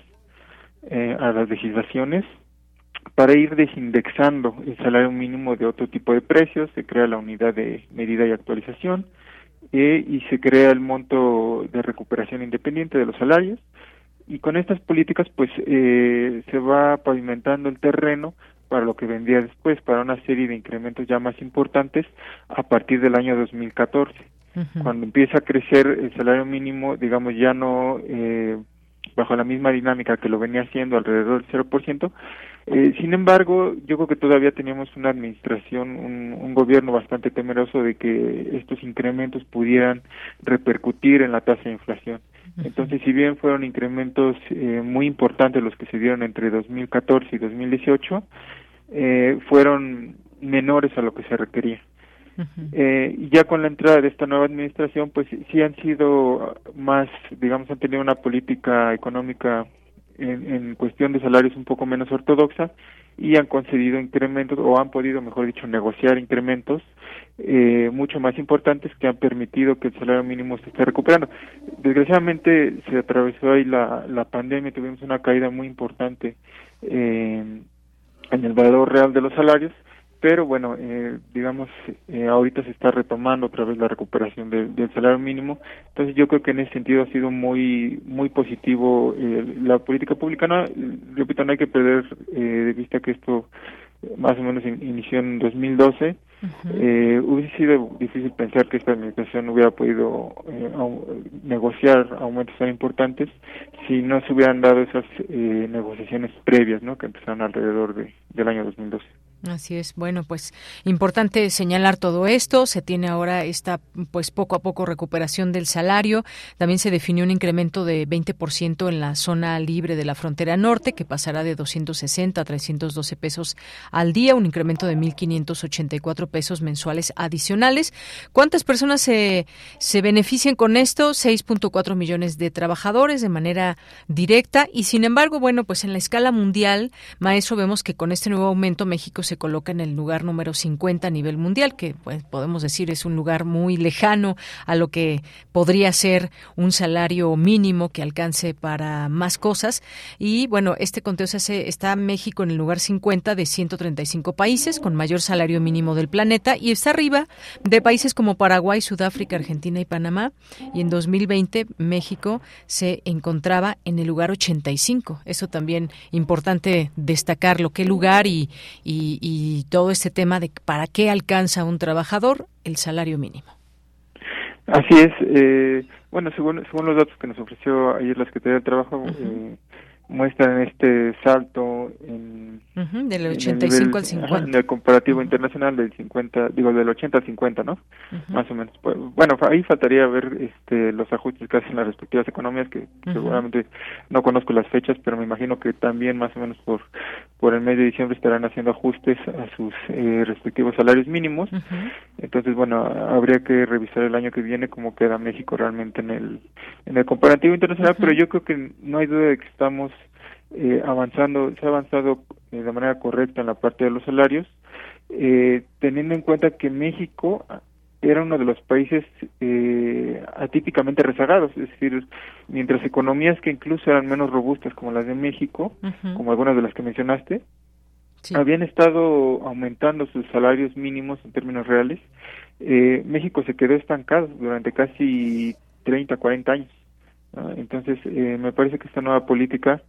a las legislaciones para ir desindexando el salario mínimo de otro tipo de precios. Se crea la unidad de medida y actualización y se crea el monto de recuperación independiente de los salarios, y con estas políticas pues se va pavimentando el terreno para lo que vendría después, para una serie de incrementos ya más importantes a partir del año 2014. Cuando empieza a crecer el salario mínimo, digamos, ya no bajo la misma dinámica que lo venía haciendo, alrededor del 0%. Sin embargo, yo creo que todavía teníamos una administración, un gobierno bastante temeroso de que estos incrementos pudieran repercutir en la tasa de inflación. Entonces, si bien fueron incrementos muy importantes los que se dieron entre 2014 y 2018, fueron menores a lo que se requería. Y ya con la entrada de esta nueva administración, pues sí han sido más, digamos, han tenido una política económica en cuestión de salarios un poco menos ortodoxa, y han concedido incrementos, o han podido, mejor dicho, negociar incrementos mucho más importantes que han permitido que el salario mínimo se esté recuperando. Desgraciadamente se atravesó ahí la pandemia, tuvimos una caída muy importante en el valor real de los salarios, pero bueno, digamos, ahorita se está retomando otra vez la recuperación del salario mínimo. Entonces yo creo que en ese sentido ha sido muy positivo la política pública. No, repito, no hay que perder de vista que esto más o menos inició en 2012. Hubiese sido difícil pensar que esta administración hubiera podido negociar aumentos tan importantes si no se hubieran dado esas negociaciones previas, ¿no?, que empezaron alrededor del año 2012.
Así es. Bueno, pues importante señalar todo esto. Se tiene ahora esta, pues poco a poco, recuperación del salario. También se definió un incremento de 20% en la zona libre de la frontera norte, que pasará de 260 a 312 pesos al día, un incremento de 1,584 pesos mensuales adicionales. ¿Cuántas personas se benefician con esto? 6.4 millones de trabajadores de manera directa. Y sin embargo, bueno, pues en la escala mundial, maestro, vemos que con este nuevo aumento México se coloca en el lugar número 50 a nivel mundial, que pues podemos decir es un lugar muy lejano a lo que podría ser un salario mínimo que alcance para más cosas. Y bueno, este conteo está México en el lugar 50 de 135 países con mayor salario mínimo del planeta, y está arriba de países como Paraguay, Sudáfrica, Argentina y Panamá. Y en 2020 México se encontraba en el lugar 85. Eso también importante destacarlo, qué lugar y todo este tema de para qué alcanza un trabajador el salario mínimo.
Así es. Bueno, según los datos que nos ofreció ayer la Secretaría del Trabajo, muestran este salto
del 85 al 50.
En el comparativo internacional del 80 al 50, ¿no? Más o menos. Pues, bueno, ahí faltaría ver los ajustes que hacen las respectivas economías, que seguramente no conozco las fechas, pero me imagino que también más o menos por el mes de diciembre estarán haciendo ajustes a sus respectivos salarios mínimos. Entonces, bueno, habría que revisar el año que viene cómo queda México realmente en el comparativo internacional, pero yo creo que no hay duda de que estamos se ha avanzado de manera correcta en la parte de los salarios, teniendo en cuenta que México era uno de los países atípicamente rezagados, es decir, mientras economías que incluso eran menos robustas como las de México, como algunas de las que mencionaste, habían estado aumentando sus salarios mínimos en términos reales, México se quedó estancado durante casi 30, 40 años. Entonces, me parece que esta nueva política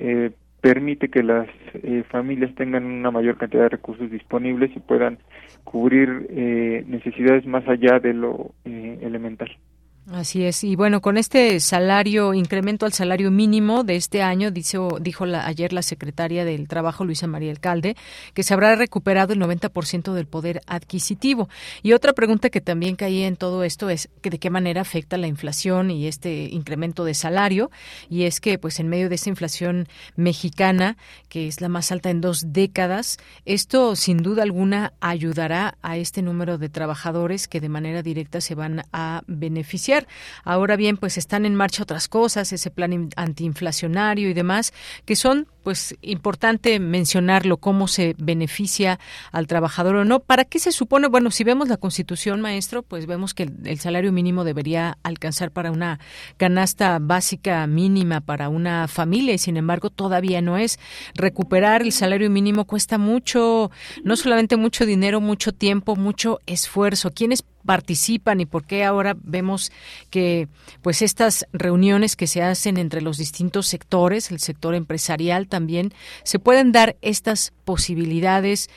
permite que las familias tengan una mayor cantidad de recursos disponibles y puedan cubrir necesidades más allá de lo elemental.
Así es. Y bueno, con este incremento al salario mínimo de este año, dijo ayer la secretaria del Trabajo, Luisa María Alcalde, que se habrá recuperado el 90% del poder adquisitivo. Y otra pregunta que también caía en todo esto es que de qué manera afecta la inflación y este incremento de salario. Y es que, pues, en medio de esta inflación mexicana, que es la más alta en 2 décadas, esto sin duda alguna ayudará a este número de trabajadores que de manera directa se van a beneficiar. Ahora bien, pues están en marcha otras cosas, ese plan antiinflacionario y demás, que son, pues, importante mencionarlo, cómo se beneficia al trabajador o no. ¿Para qué se supone? Bueno, si vemos la Constitución, maestro, pues vemos que el salario mínimo debería alcanzar para una canasta básica mínima para una familia, y sin embargo todavía no es. Recuperar el salario mínimo cuesta mucho, no solamente mucho dinero, mucho tiempo, mucho esfuerzo. ¿Quiénes participan y por qué ahora vemos que, pues, estas reuniones que se hacen entre los distintos sectores, el sector empresarial también, se pueden dar estas posibilidades?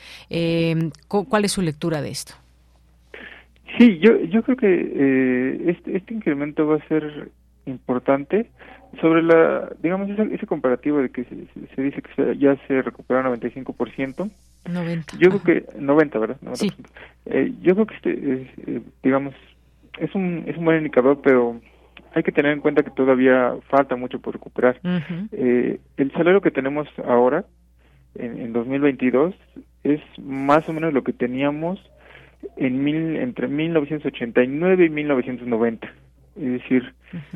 ¿Cuál es su lectura de esto?
Sí, yo creo que este incremento va a ser importante sobre digamos, ese comparativo de que se dice que ya se recuperó 95%.
90.
Yo creo que 90, ¿verdad? 90%.
Sí.
Yo creo que digamos, es un buen indicador, pero hay que tener en cuenta que todavía falta mucho por recuperar. El salario que tenemos ahora en 2022 es más o menos lo que teníamos entre 1989 y 1990. Es decir,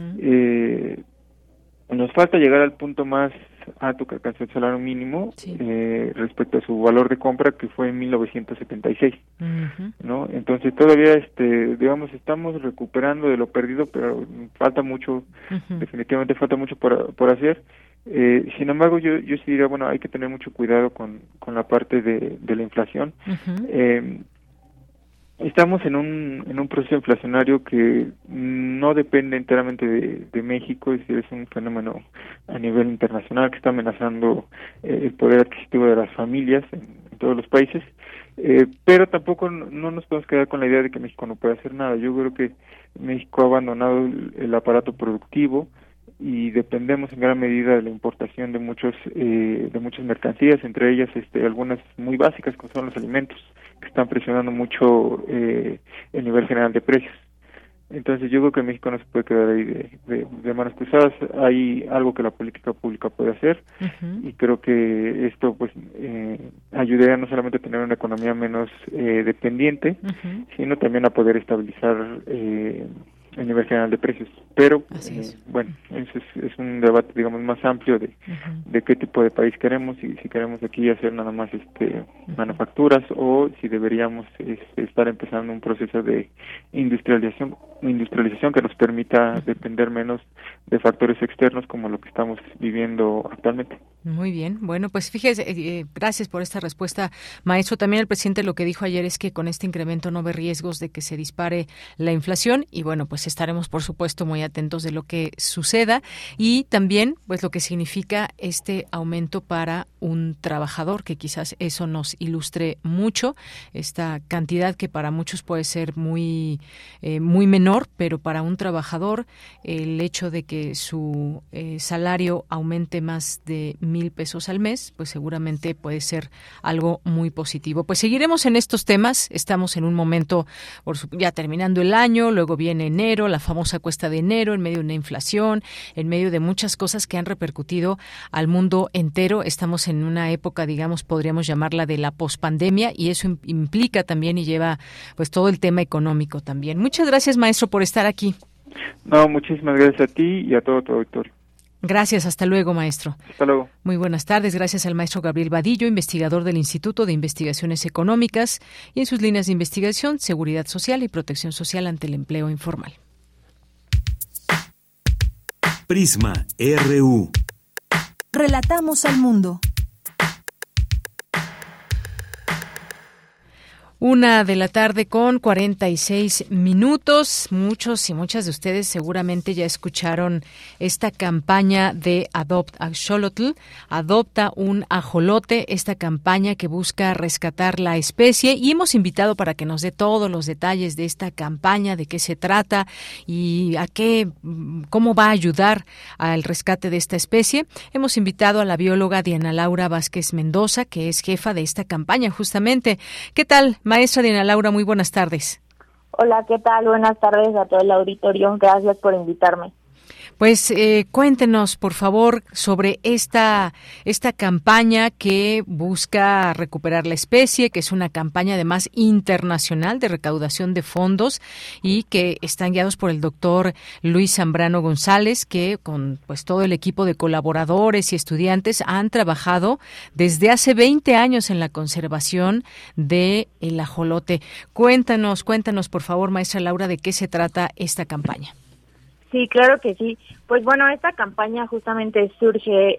nos falta llegar al punto más alto que alcanzó el salario mínimo respecto a su valor de compra, que fue en 1976, ¿no? Entonces todavía digamos, estamos recuperando de lo perdido, pero falta mucho, definitivamente falta mucho por hacer. Sin embargo, yo sí diría, bueno, hay que tener mucho cuidado con la parte de la inflación. Estamos en un proceso inflacionario que no depende enteramente de México, es decir, es un fenómeno a nivel internacional que está amenazando el poder adquisitivo de las familias en todos los países, pero tampoco no nos podemos quedar con la idea de que México no puede hacer nada. Yo creo que México ha abandonado el aparato productivo y dependemos en gran medida de la importación de muchas mercancías, entre ellas algunas muy básicas, como son los alimentos, que están presionando mucho el nivel general de precios. Entonces yo creo que México no se puede quedar ahí de manos cruzadas. Hay algo que la política pública puede hacer, y creo que esto pues ayudaría no solamente a tener una economía menos dependiente, sino también a poder estabilizar el nivel general de precios. Pero, bueno, ese es un debate, digamos, más amplio de qué tipo de país queremos, y si queremos aquí hacer nada más manufacturas, o si deberíamos estar empezando un proceso de industrialización que nos permita depender menos de factores externos como lo que estamos viviendo actualmente.
Muy bien, bueno, pues fíjese, gracias por esta respuesta, maestro. También el presidente lo que dijo ayer es que con este incremento no ve riesgos de que se dispare la inflación, y bueno, pues estaremos por supuesto muy atentos de lo que suceda, y también pues lo que significa este aumento para un trabajador, que quizás eso nos ilustre mucho, esta cantidad que para muchos puede ser muy menor, pero para un trabajador el hecho de que su salario aumente más de 1,000 pesos al mes, pues seguramente puede ser algo muy positivo. Pues seguiremos en estos temas. Estamos en un momento ya terminando el año, luego viene enero, la famosa cuesta de enero, en medio de una inflación, en medio de muchas cosas que han repercutido al mundo entero. Estamos en una época, digamos, podríamos llamarla de la pospandemia, y eso implica también y lleva pues todo el tema económico también. Muchas gracias, maestro, por estar aquí.
No, muchísimas gracias a ti y a todo tu auditorio.
Gracias, hasta luego, maestro.
Hasta luego.
Muy buenas tardes, gracias al maestro Gabriel Vadillo, investigador del Instituto de Investigaciones Económicas, y en sus líneas de investigación, seguridad social y protección social ante el empleo informal.
Prisma RU.
Relatamos al mundo.
1:46 p.m. Muchos y muchas de ustedes seguramente ya escucharon esta campaña de Adopt a Xolotl, adopta un ajolote, esta campaña que busca rescatar la especie, y hemos invitado para que nos dé todos los detalles de esta campaña, de qué se trata y cómo va a ayudar al rescate de esta especie. Hemos invitado a la bióloga Diana Laura Vázquez Mendoza, que es jefa de esta campaña justamente. ¿Qué tal, maestra Diana Laura? Muy buenas tardes.
Hola, ¿qué tal? Buenas tardes a todo el auditorio. Gracias por invitarme.
Pues cuéntenos, por favor, sobre esta campaña que busca recuperar la especie, que es una campaña además internacional de recaudación de fondos y que están guiados por el doctor Luis Zambrano González, que con pues todo el equipo de colaboradores y estudiantes han trabajado desde hace 20 años en la conservación del ajolote. Cuéntanos, por favor, maestra Laura, de qué se trata esta campaña.
Sí, claro que sí. Pues bueno, esta campaña justamente surge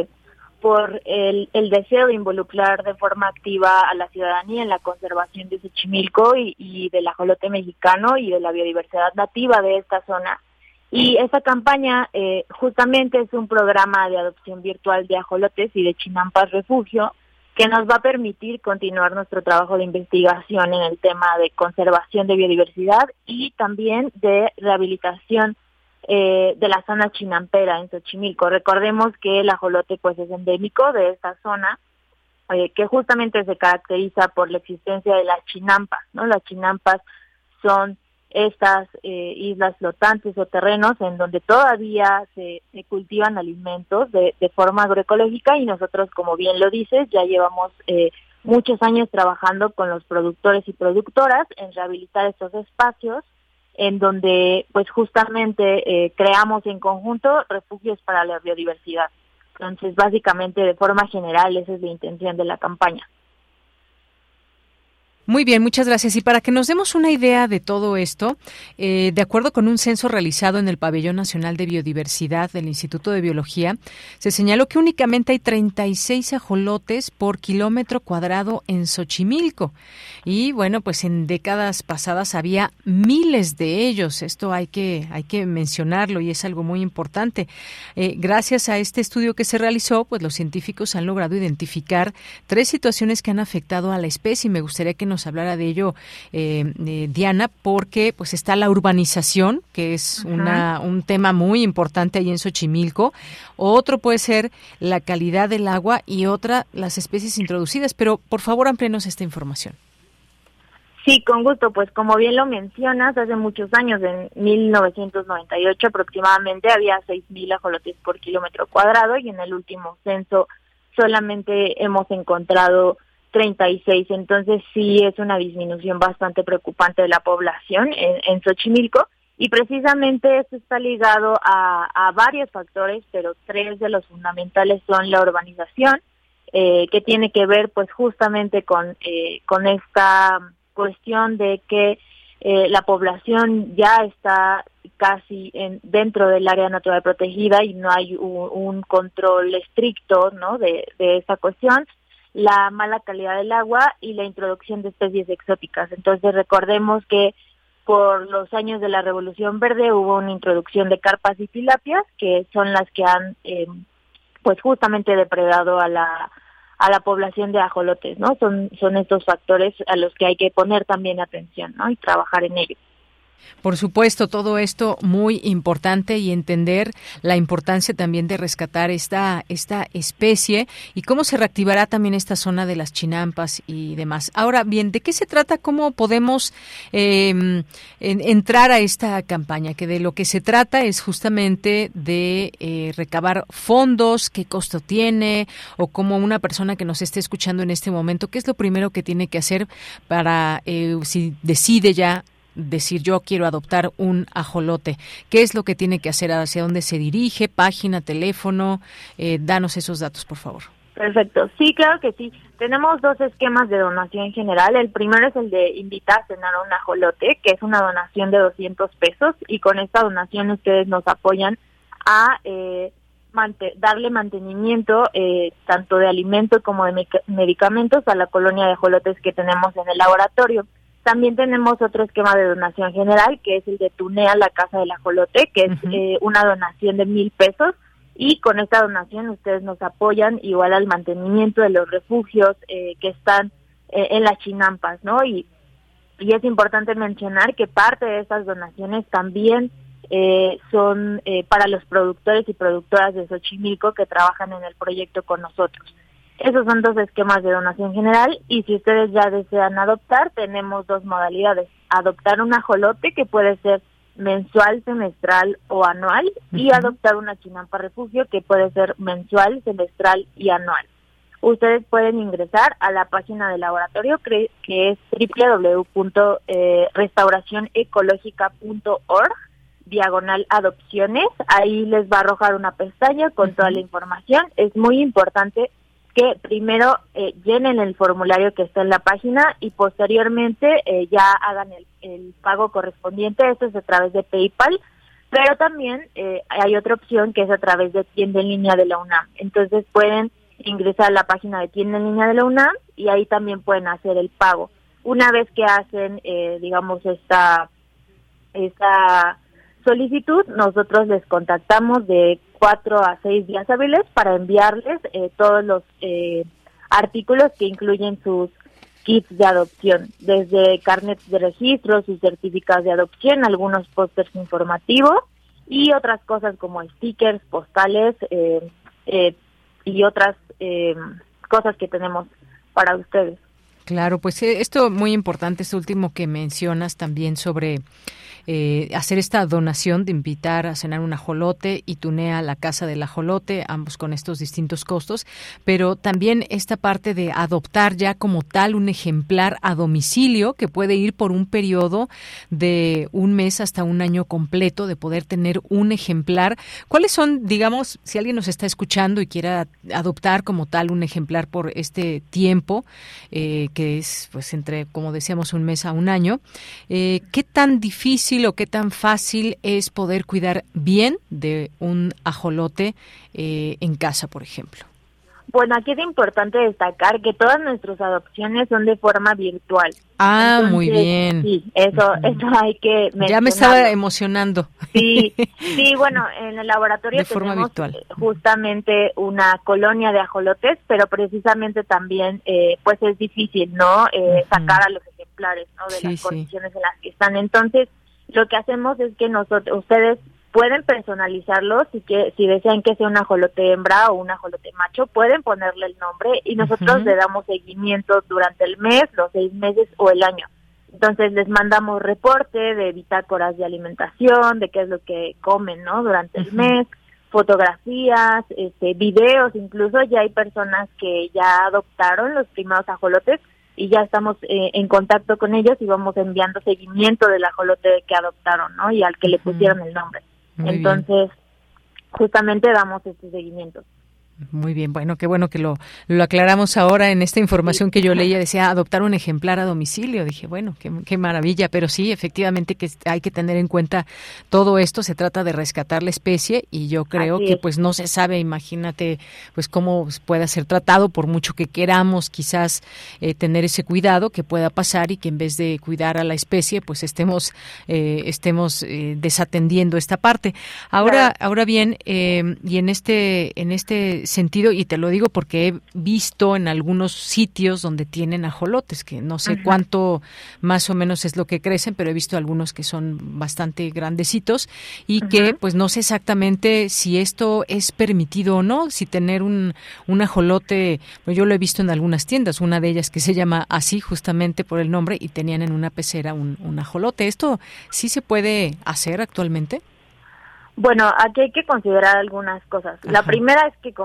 por el deseo de involucrar de forma activa a la ciudadanía en la conservación de Xochimilco y del ajolote mexicano y de la biodiversidad nativa de esta zona. Y esta campaña justamente es un programa de adopción virtual de ajolotes y de chinampas refugio que nos va a permitir continuar nuestro trabajo de investigación en el tema de conservación de biodiversidad y también de rehabilitación de la zona chinampera en Xochimilco. Recordemos que el ajolote pues es endémico de esta zona, que justamente se caracteriza por la existencia de las chinampas, ¿no? Las chinampas son estas islas flotantes o terrenos en donde todavía se cultivan alimentos de forma agroecológica, y nosotros, como bien lo dices, ya llevamos muchos años trabajando con los productores y productoras en rehabilitar estos espacios en donde pues justamente creamos en conjunto refugios para la biodiversidad. Entonces, básicamente, de forma general, esa es la intención de la campaña.
Muy bien, muchas gracias. Y para que nos demos una idea de todo esto, de acuerdo con un censo realizado en el Pabellón Nacional de Biodiversidad del Instituto de Biología, se señaló que únicamente hay 36 ajolotes por kilómetro cuadrado en Xochimilco. Y bueno, pues en décadas pasadas había miles de ellos. Esto hay que mencionarlo y es algo muy importante. Gracias a este estudio que se realizó, pues los científicos han logrado identificar 3 situaciones que han afectado a la especie, y me gustaría que nos hablara de ello Diana, porque pues está la urbanización, que es un tema muy importante ahí en Xochimilco. Otro puede ser la calidad del agua y otra las especies introducidas, pero por favor amplíenos esta información.
Sí, con gusto. Pues como bien lo mencionas, hace muchos años, en 1998 aproximadamente, había 6,000 ajolotes por kilómetro cuadrado, y en el último censo solamente hemos encontrado 36, entonces sí es una disminución bastante preocupante de la población en Xochimilco, Y precisamente esto está ligado a varios factores, pero 3 de los fundamentales son la urbanización, que tiene que ver pues justamente con esta cuestión de que la población ya está casi dentro del área natural protegida y no hay un control estricto, ¿no?, de esa cuestión, la mala calidad del agua y la introducción de especies exóticas. Entonces recordemos que por los años de la Revolución Verde hubo una introducción de carpas y tilapias, que son las que han pues justamente depredado a la población de ajolotes, ¿no? Son estos factores a los que hay que poner también atención, ¿no?, y trabajar en ellos.
Por supuesto, todo esto muy importante y entender la importancia también de rescatar esta especie y cómo se reactivará también esta zona de las chinampas y demás. Ahora bien, ¿de qué se trata? ¿Cómo podemos entrar a esta campaña? Que de lo que se trata es justamente de recabar fondos, qué costo tiene, o como una persona que nos esté escuchando en este momento, ¿qué es lo primero que tiene que hacer para si decide ya decir yo quiero adoptar un ajolote? ¿Qué es lo que tiene que hacer? ¿Hacia dónde se dirige? ¿Página, teléfono? Danos esos datos, por favor.
Perfecto. Sí, claro que sí. Tenemos 2 esquemas de donación general. El primero es el de invitar a cenar a un ajolote, que es una donación de 200 pesos, y con esta donación ustedes nos apoyan a darle mantenimiento tanto de alimentos como de medicamentos a la colonia de ajolotes que tenemos en el laboratorio. También tenemos otro esquema de donación general, que es el de Tunea la Casa del Ajolote, que es una donación de 1,000 pesos, y con esta donación ustedes nos apoyan igual al mantenimiento de los refugios que están en las chinampas, ¿no? Y es importante mencionar que parte de esas donaciones también son para los productores y productoras de Xochimilco que trabajan en el proyecto con nosotros. Esos son 2 esquemas de donación general, y si ustedes ya desean adoptar, tenemos 2 modalidades. Adoptar un ajolote, que puede ser mensual, semestral o anual, y adoptar una chinampa refugio, que puede ser mensual, semestral y anual. Ustedes pueden ingresar a la página del laboratorio, que es www.restauracionecológica.org/adopciones. Ahí les va a arrojar una pestaña con toda la información. Es muy importante que primero llenen el formulario que está en la página y posteriormente ya hagan el pago correspondiente. Esto es a través de PayPal, pero también hay otra opción que es a través de tienda en línea de la UNAM. Entonces pueden ingresar a la página de tienda en línea de la UNAM y ahí también pueden hacer el pago. Una vez que hacen, digamos, esta solicitud, nosotros les contactamos de 4 a 6 días hábiles para enviarles todos los artículos que incluyen sus kits de adopción, desde carnets de registro, sus certificados de adopción, algunos pósters informativos y otras cosas como stickers, postales y otras cosas que tenemos para ustedes.
Claro, pues esto muy importante, este último que mencionas también sobre hacer esta donación de invitar a cenar un ajolote y Tunea la Casa del Ajolote, ambos con estos distintos costos, pero también esta parte de adoptar ya como tal un ejemplar a domicilio que puede ir por un periodo de 1 mes hasta 1 año completo, de poder tener un ejemplar. ¿Cuáles son, digamos, si alguien nos está escuchando y quiera adoptar como tal un ejemplar por este tiempo, que es pues entre, como decíamos, 1 mes a 1 año, qué tan difícil o qué tan fácil es poder cuidar bien de un ajolote en casa, por ejemplo?
Bueno, aquí es importante destacar que todas nuestras adopciones son de forma virtual.
Ah, entonces, muy bien.
Sí, eso hay que mencionarlo.
Ya me estaba emocionando.
Sí, bueno, en el laboratorio
de forma
tenemos
virtual.
Justamente una colonia de ajolotes, pero precisamente también pues es difícil, ¿no? Sacar a los ejemplares, ¿no? De las condiciones en las que están. Entonces, lo que hacemos es que ustedes pueden personalizarlo, si desean que sea un ajolote hembra o un ajolote macho, pueden ponerle el nombre y nosotros le damos seguimiento durante el mes, los 6 meses o el año. Entonces les mandamos reporte de bitácoras de alimentación, de qué es lo que comen, ¿no? Durante el mes, fotografías, videos, incluso ya hay personas que ya adoptaron los primeros ajolotes, y ya estamos en contacto con ellos y vamos enviando seguimiento del ajolote que adoptaron, ¿no? Y al que le pusieron el nombre. Entonces, justamente damos este seguimiento.
Muy bien, bueno, qué bueno que lo aclaramos ahora en esta información que yo leía, decía adoptar un ejemplar a domicilio. Dije, bueno, qué maravilla, pero sí, efectivamente que hay que tener en cuenta todo esto. Se trata de rescatar la especie y yo creo que pues no se sabe, imagínate, pues cómo pueda ser tratado, por mucho que queramos quizás tener ese cuidado, que pueda pasar y que en vez de cuidar a la especie, pues estemos desatendiendo esta parte. Ahora bien, y en este sentido, y te lo digo porque he visto en algunos sitios donde tienen ajolotes, que no sé cuánto más o menos es lo que crecen, pero he visto algunos que son bastante grandecitos y que pues no sé exactamente si esto es permitido o no, si tener un ajolote, pues yo lo he visto en algunas tiendas, una de ellas que se llama así justamente por el nombre, y tenían en una pecera un ajolote. ¿Esto sí se puede hacer actualmente?
Bueno, aquí hay que considerar algunas cosas. La primera es que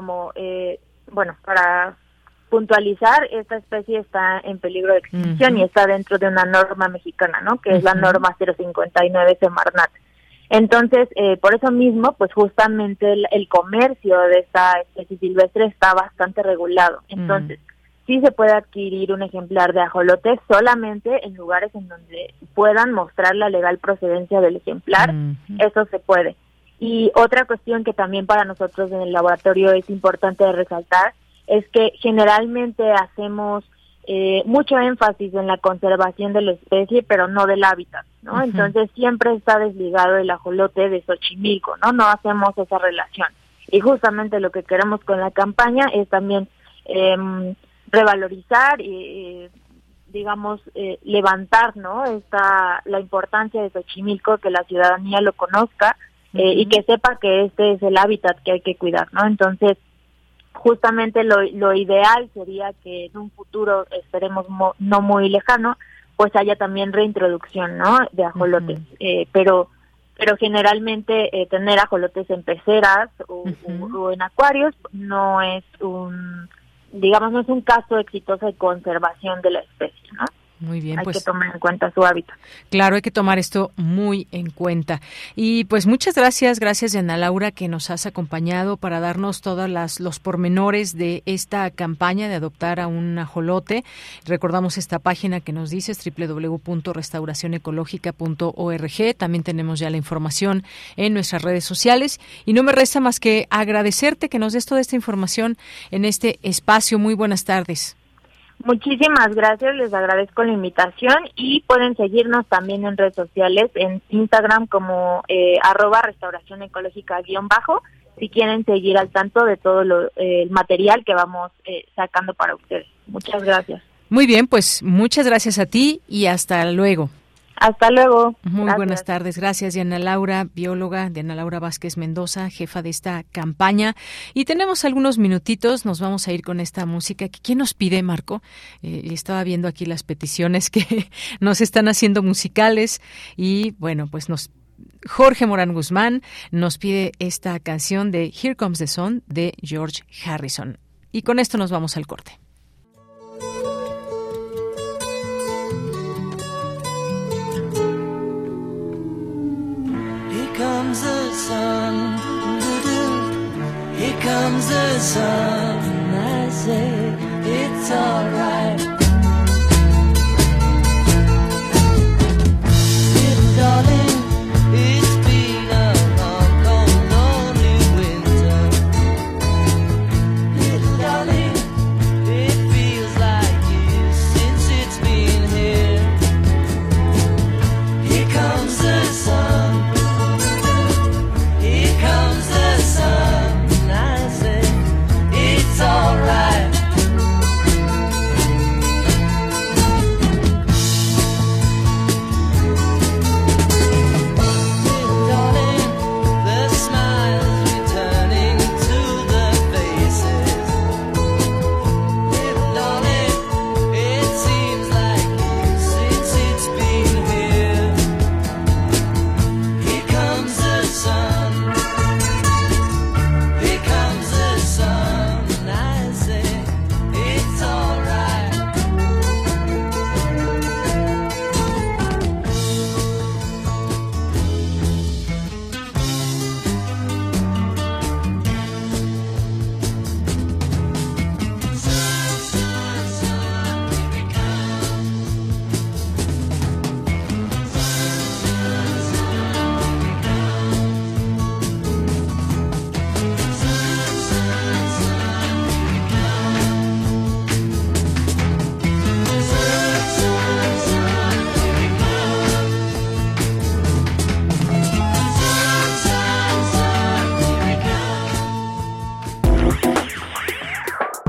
para puntualizar, esta especie está en peligro de extinción y está dentro de una norma mexicana, ¿no? Que es la norma 059 Semarnat. Entonces, por eso mismo, pues justamente el comercio de esta especie silvestre está bastante regulado. Entonces, sí se puede adquirir un ejemplar de ajolote solamente en lugares en donde puedan mostrar la legal procedencia del ejemplar. Eso se puede. Y otra cuestión que también para nosotros en el laboratorio es importante resaltar es que generalmente hacemos mucho énfasis en la conservación de la especie, pero no del hábitat, ¿no? Entonces siempre está desligado el ajolote de Xochimilco, ¿no? No hacemos esa relación. Y justamente lo que queremos con la campaña es también revalorizar y levantar, ¿no? La importancia de Xochimilco, que la ciudadanía lo conozca, y que sepa que este es el hábitat que hay que cuidar, ¿no? Entonces, justamente lo ideal sería que en un futuro, esperemos no muy lejano, pues haya también reintroducción, ¿no? De ajolotes, pero generalmente tener ajolotes en peceras o en acuarios no es un caso exitoso de conservación de la especie, ¿no?
Muy bien,
hay
pues
que tomar en cuenta su hábitat.
Claro, hay que tomar esto muy en cuenta. Y pues muchas gracias Ana Laura, que nos has acompañado para darnos todos los pormenores de esta campaña de adoptar a un ajolote. Recordamos esta página que nos dices, www.restauracionecológica.org. También tenemos ya la información en nuestras redes sociales. Y no me resta más que agradecerte que nos des toda esta información en este espacio. Muy buenas tardes.
Muchísimas gracias, les agradezco la invitación y pueden seguirnos también en redes sociales, en Instagram como @restauracionecológica_ si quieren seguir al tanto de todo el material que vamos sacando para ustedes. Muchas gracias.
Muy bien, pues muchas gracias a ti y hasta luego.
Hasta luego.
Muy buenas tardes. Gracias, Diana Laura, bióloga, Diana Laura Vázquez Mendoza, jefa de esta campaña. Y tenemos algunos minutitos, nos vamos a ir con esta música. ¿Quién nos pide, Marco? Estaba viendo aquí las peticiones que nos están haciendo musicales y, bueno, pues Jorge Morán Guzmán nos pide esta canción de Here Comes the Sun de George Harrison. Y con esto nos vamos al corte.
Here comes the sun, here comes the sun, I say it's alright. Little darling, it's been a long, cold, lonely winter. Little darling, it feels like years since it's been here. Here comes the sun. Here comes the sun, I say it's all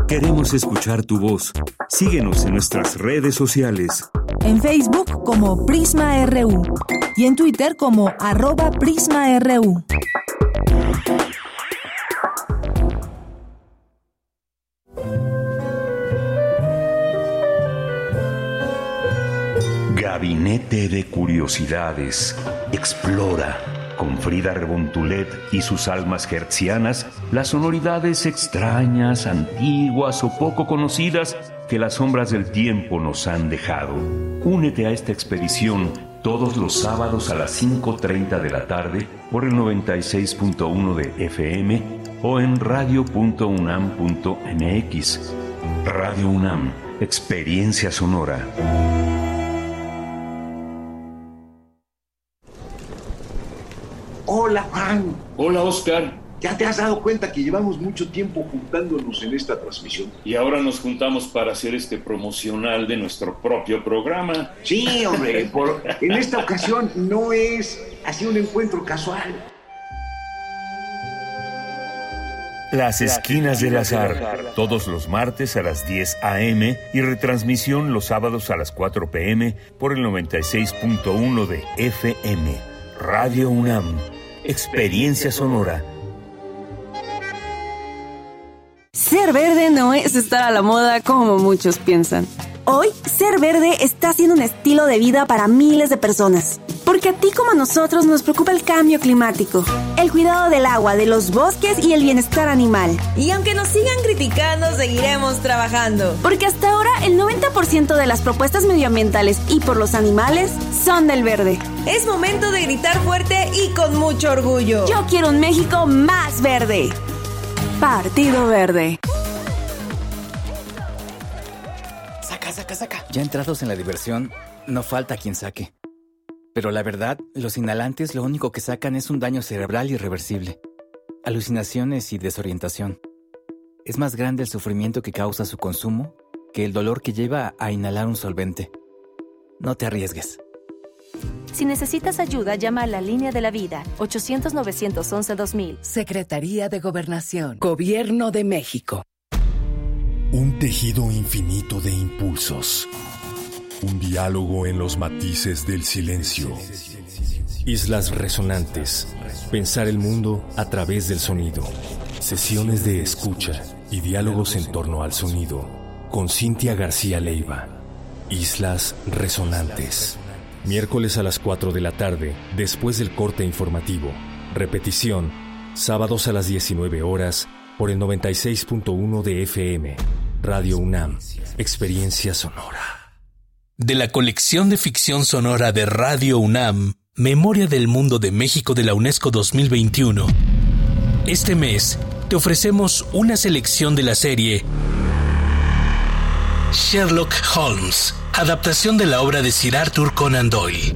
Queremos escuchar tu voz. Síguenos en nuestras redes sociales.
En Facebook como Prisma RU y en Twitter como @PrismaRU.
Gabinete de Curiosidades. Explora, con Frida Rebontulet y sus almas hertzianas, las sonoridades extrañas, antiguas o poco conocidas que las sombras del tiempo nos han dejado. Únete a esta expedición todos los sábados a las 5:30 de la tarde por el 96.1 de FM o en radio.unam.mx. Radio UNAM, experiencia sonora.
Hola, Juan.
Hola, Oscar.
¿Ya te has dado cuenta que llevamos mucho tiempo juntándonos en esta transmisión?
Y ahora nos juntamos para hacer este promocional de nuestro propio programa.
Sí, hombre. En esta ocasión no es así un encuentro casual.
Las Esquinas del Azar, todos los martes a las 10 a.m. y retransmisión los sábados a las 4 p.m. por el 96.1 de FM. Radio UNAM, experiencia sonora.
Ser verde no es estar a la moda como muchos piensan. Hoy, ser verde está siendo un estilo de vida para miles de personas. Porque a ti como a nosotros nos preocupa el cambio climático, el cuidado del agua, de los bosques y el bienestar animal.
Y aunque nos sigan criticando, seguiremos trabajando.
Porque hasta ahora el 90% de las propuestas medioambientales y por los animales son del verde.
Es momento de gritar fuerte y con mucho orgullo.
Yo quiero un México más verde. Partido Verde.
Saca. Ya entrados en la diversión, no falta quien saque. Pero la verdad, los inhalantes lo único que sacan es un daño cerebral irreversible, alucinaciones y desorientación. Es más grande el sufrimiento que causa su consumo que el dolor que lleva a inhalar un solvente. No te arriesgues.
Si necesitas ayuda, llama a la Línea de la Vida, 800-911-2000.
Secretaría de Gobernación, Gobierno de México.
Un tejido infinito de impulsos. Un diálogo en los matices del silencio. Islas resonantes. Pensar el mundo a través del sonido. Sesiones de escucha y diálogos en torno al sonido. Con Cintia García Leiva. Islas resonantes. Miércoles a las 4 de la tarde, después del corte informativo. Repetición, sábados a las 19 horas, por el 96.1 de FM. Radio UNAM, experiencia sonora.
De la colección de ficción sonora de Radio UNAM, Memoria del Mundo de México de la UNESCO 2021. Este mes te ofrecemos una selección de la serie Sherlock Holmes, adaptación de la obra de Sir Arthur Conan Doyle.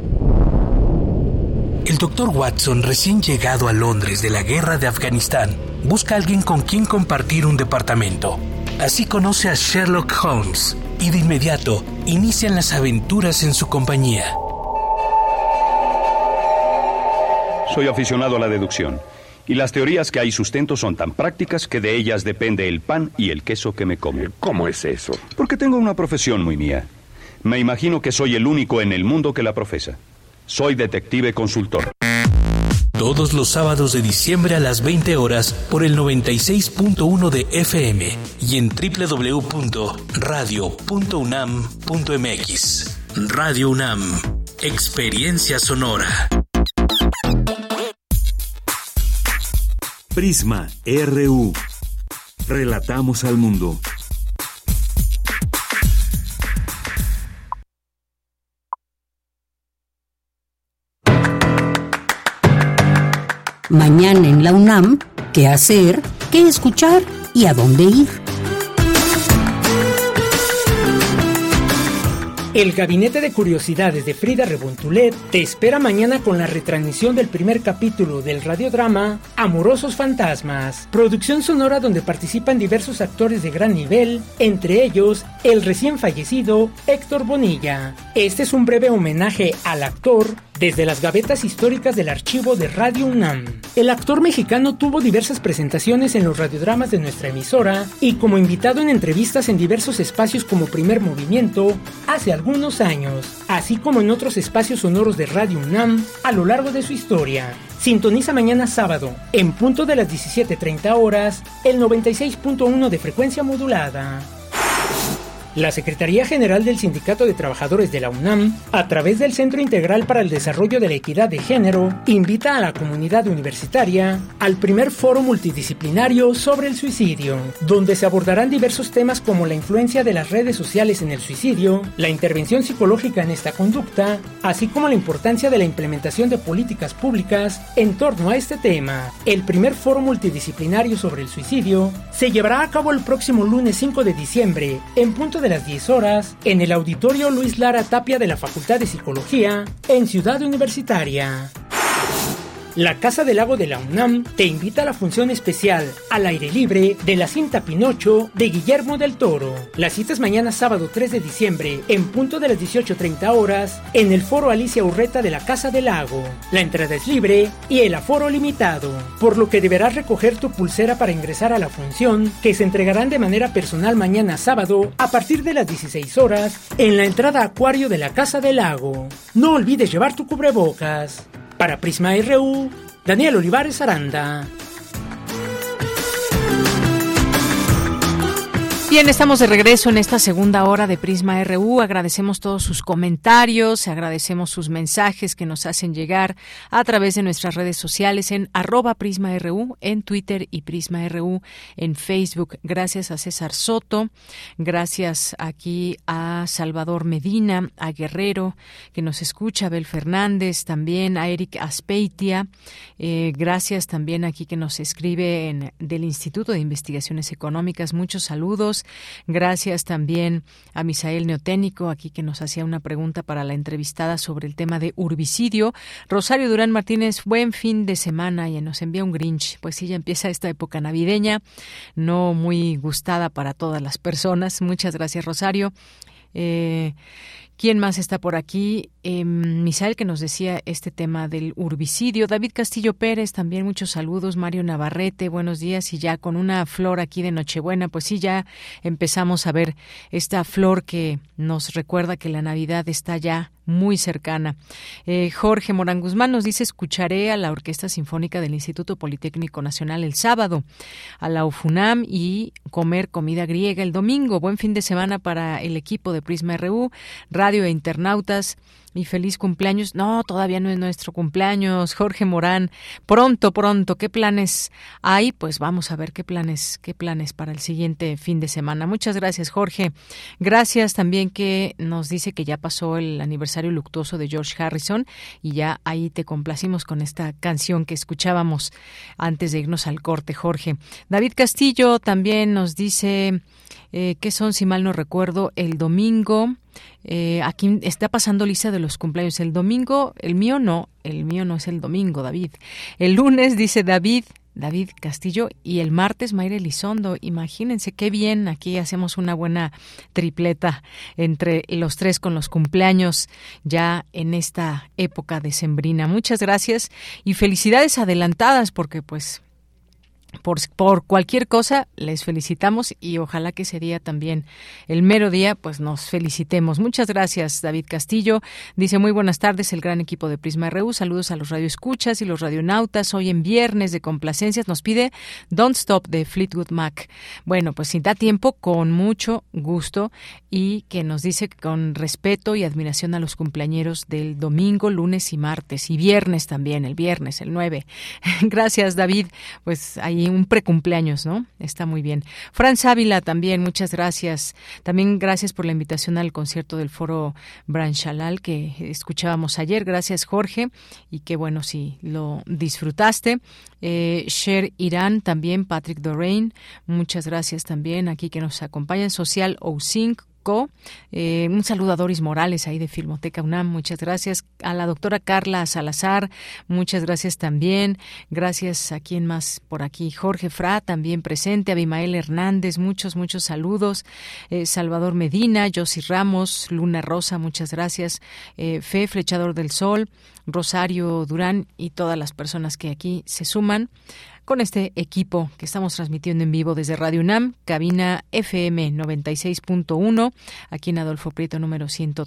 El Dr. Watson, recién llegado a Londres de la guerra de Afganistán, busca a alguien con quien compartir un departamento. Así conoce a Sherlock Holmes y de inmediato inician las aventuras en su compañía.
Soy aficionado a la deducción, y las teorías que hay sustento son tan prácticas que de ellas depende el pan y el queso que me como.
¿Cómo es eso?
Porque tengo una profesión muy mía. Me imagino que soy el único en el mundo que la profesa. Soy detective consultor.
Todos los sábados de diciembre a las 20 horas por el 96.1 de FM y en www.radio.unam.mx. Radio UNAM, experiencia sonora.
Prisma RU. Relatamos al mundo.
Mañana en la UNAM, ¿qué hacer, qué escuchar y a dónde ir?
El Gabinete de Curiosidades de Frida Rebontulet te espera mañana con la retransmisión del primer capítulo del radiodrama Amorosos Fantasmas, producción sonora donde participan diversos actores de gran nivel, entre ellos el recién fallecido Héctor Bonilla. Este es un breve homenaje al actor desde las gavetas históricas del archivo de Radio UNAM. El actor mexicano tuvo diversas presentaciones en los radiodramas de nuestra emisora y como invitado en entrevistas en diversos espacios como Primer Movimiento hace algunos años, así como en otros espacios sonoros de Radio UNAM a lo largo de su historia. Sintoniza mañana sábado, en punto de las 17:30 horas, el 96.1 de frecuencia modulada. La Secretaría General del Sindicato de Trabajadores de la UNAM, a través del Centro Integral para el Desarrollo de la Equidad de Género, invita a la comunidad universitaria al primer foro multidisciplinario sobre el suicidio, donde se abordarán diversos temas como la influencia de las redes sociales en el suicidio, la intervención psicológica en esta conducta, así como la importancia de la implementación de políticas públicas en torno a este tema. El primer foro multidisciplinario sobre el suicidio se llevará a cabo el próximo lunes 5 de diciembre, en punto de las 10 horas, en el Auditorio Luis Lara Tapia de la Facultad de Psicología, en Ciudad Universitaria. La Casa del Lago de la UNAM te invita a la función especial al aire libre de la cinta Pinocho de Guillermo del Toro. La cita es mañana sábado 3 de diciembre en punto de las 18:30 horas en el Foro Alicia Urreta de la Casa del Lago. La entrada es libre y el aforo limitado, por lo que deberás recoger tu pulsera para ingresar a la función, que se entregarán de manera personal mañana sábado a partir de las 16 horas en la entrada acuario de la Casa del Lago. No olvides llevar tu cubrebocas. Para Prisma RU, Daniel Olivares Aranda.
Bien, estamos de regreso en esta segunda hora de Prisma RU. Agradecemos todos sus comentarios, agradecemos sus mensajes que nos hacen llegar a través de nuestras redes sociales en @PrismaRU, en Twitter y Prisma RU en Facebook. Gracias a César Soto, gracias aquí a Salvador Medina, a Guerrero, que nos escucha, a Abel Fernández, también a Eric Aspeitia. Gracias también aquí que nos escribe del Instituto de Investigaciones Económicas. Muchos saludos. Gracias también a Misael Neoténico, aquí que nos hacía una pregunta para la entrevistada sobre el tema de urbicidio. Rosario Durán Martínez, buen fin de semana, y nos envía un Grinch. Pues sí, ya empieza esta época navideña, no muy gustada para todas las personas. Muchas gracias, Rosario. ¿Quién más está por aquí? Misael, que nos decía este tema del urbicidio. David Castillo Pérez, también muchos saludos. Mario Navarrete, buenos días. Y ya con una flor aquí de Nochebuena, pues sí, ya empezamos a ver esta flor que nos recuerda que la Navidad está ya muy cercana. Jorge Morán Guzmán nos dice: escucharé a la Orquesta Sinfónica del Instituto Politécnico Nacional el sábado, a la UFUNAM, y comer comida griega el domingo. Buen fin de semana para el equipo de Prisma RU, Radio e internautas. Y feliz cumpleaños. No, todavía no es nuestro cumpleaños, Jorge Morán. Pronto. ¿Qué planes hay? Pues vamos a ver qué planes para el siguiente fin de semana. Muchas gracias, Jorge. Gracias también que nos dice que ya pasó el aniversario luctuoso de George Harrison y ya ahí te complacimos con esta canción que escuchábamos antes de irnos al corte, Jorge. David Castillo también nos dice que son, si mal no recuerdo, el domingo. Aquí está pasando lista de los cumpleaños. El domingo, el mío no es el domingo, David. El lunes, dice David Castillo, y el martes Mayra Elizondo. Imagínense qué bien, aquí hacemos una buena tripleta entre los tres con los cumpleaños ya en esta época decembrina. Muchas gracias y felicidades adelantadas, porque pues por cualquier cosa les felicitamos y ojalá que ese día también, el mero día, pues nos felicitemos. Muchas gracias, David Castillo. Dice: muy buenas tardes, el gran equipo de Prisma RU. Saludos a los radioescuchas y los radionautas. Hoy en viernes de complacencias nos pide Don't Stop de Fleetwood Mac. Bueno, pues si da tiempo, con mucho gusto, y que nos dice con respeto y admiración a los cumpleañeros del domingo, lunes y martes, y viernes también, el viernes, el 9. Gracias, David. Pues ahí un precumpleaños, ¿no? Está muy bien. Franz Ávila también, muchas gracias. También gracias por la invitación al concierto del Foro Branchalal que escuchábamos ayer. Gracias, Jorge, y qué bueno si lo disfrutaste. Sher Irán también, Patrick Dorain, muchas gracias también aquí que nos acompañan. Social Ousink, Co. Un saludo a Doris Morales ahí de Filmoteca UNAM, muchas gracias. A la doctora Carla Salazar, muchas gracias también. Gracias a quien más por aquí. Jorge Fra, también presente. Abimael Hernández, muchos saludos. Salvador Medina, Josi Ramos, Luna Rosa, muchas gracias. Fe, Flechador del Sol, Rosario Durán y todas las personas que aquí se suman con este equipo que estamos transmitiendo en vivo desde Radio UNAM, cabina FM 96.1, aquí en Adolfo Prieto número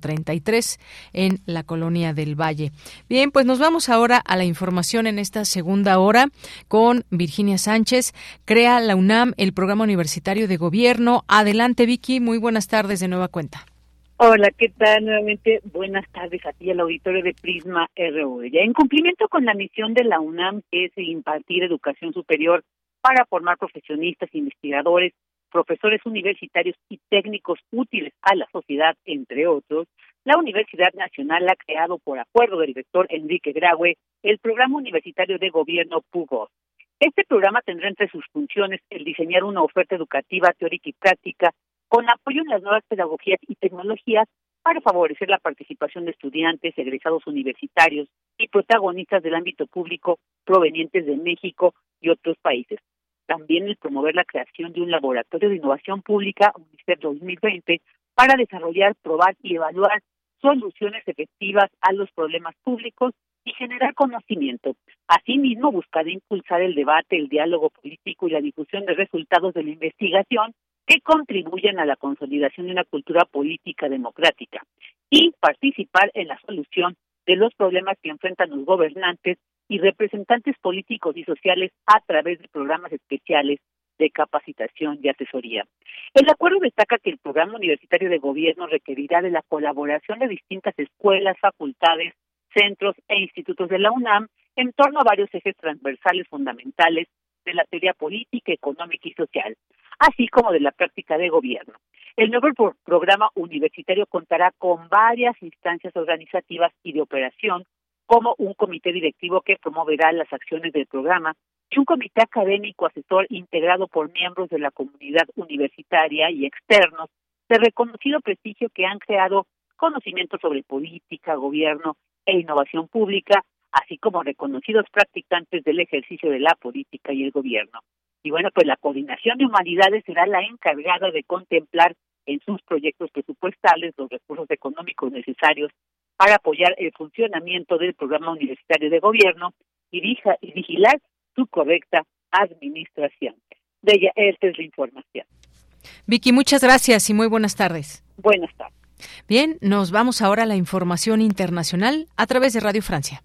133, en la Colonia del Valle. Bien, pues nos vamos ahora a la información en esta segunda hora con Virginia Sánchez. Crea la UNAM el Programa Universitario de Gobierno. Adelante, Vicky, muy buenas tardes de nueva cuenta.
Hola, ¿qué tal? Nuevamente, buenas tardes a ti, al auditorio de Prisma RU. Ya en cumplimiento con la misión de la UNAM, que es impartir educación superior para formar profesionistas, investigadores, profesores universitarios y técnicos útiles a la sociedad, entre otros, la Universidad Nacional ha creado, por acuerdo del rector Enrique Graue, el Programa Universitario de Gobierno PUGO. Este programa tendrá entre sus funciones el diseñar una oferta educativa teórica y práctica con apoyo en las nuevas pedagogías y tecnologías para favorecer la participación de estudiantes, egresados universitarios y protagonistas del ámbito público provenientes de México y otros países. También el promover la creación de un laboratorio de innovación pública, UNICEF 2020, para desarrollar, probar y evaluar soluciones efectivas a los problemas públicos y generar conocimiento. Asimismo, buscar impulsar el debate, el diálogo político y la difusión de resultados de la investigación que contribuyan a la consolidación de una cultura política democrática y participar en la solución de los problemas que enfrentan los gobernantes y representantes políticos y sociales a través de programas especiales de capacitación y asesoría. El acuerdo destaca que el Programa Universitario de Gobierno requerirá de la colaboración de distintas escuelas, facultades, centros e institutos de la UNAM en torno a varios ejes transversales fundamentales de la teoría política, económica y social, así como de la práctica de gobierno. El nuevo programa universitario contará con varias instancias organizativas y de operación, como un comité directivo que promoverá las acciones del programa y un comité académico asesor integrado por miembros de la comunidad universitaria y externos de reconocido prestigio que han creado conocimientos sobre política, gobierno e innovación pública, así como reconocidos practicantes del ejercicio de la política y el gobierno. Y bueno, pues la Coordinación de Humanidades será la encargada de contemplar en sus proyectos presupuestales los recursos económicos necesarios para apoyar el funcionamiento del Programa Universitario de Gobierno y vigilar su correcta administración. De ella, esta es la información.
Vicky, muchas gracias y muy buenas tardes.
Buenas tardes.
Bien, nos vamos ahora a la información internacional a través de Radio Francia.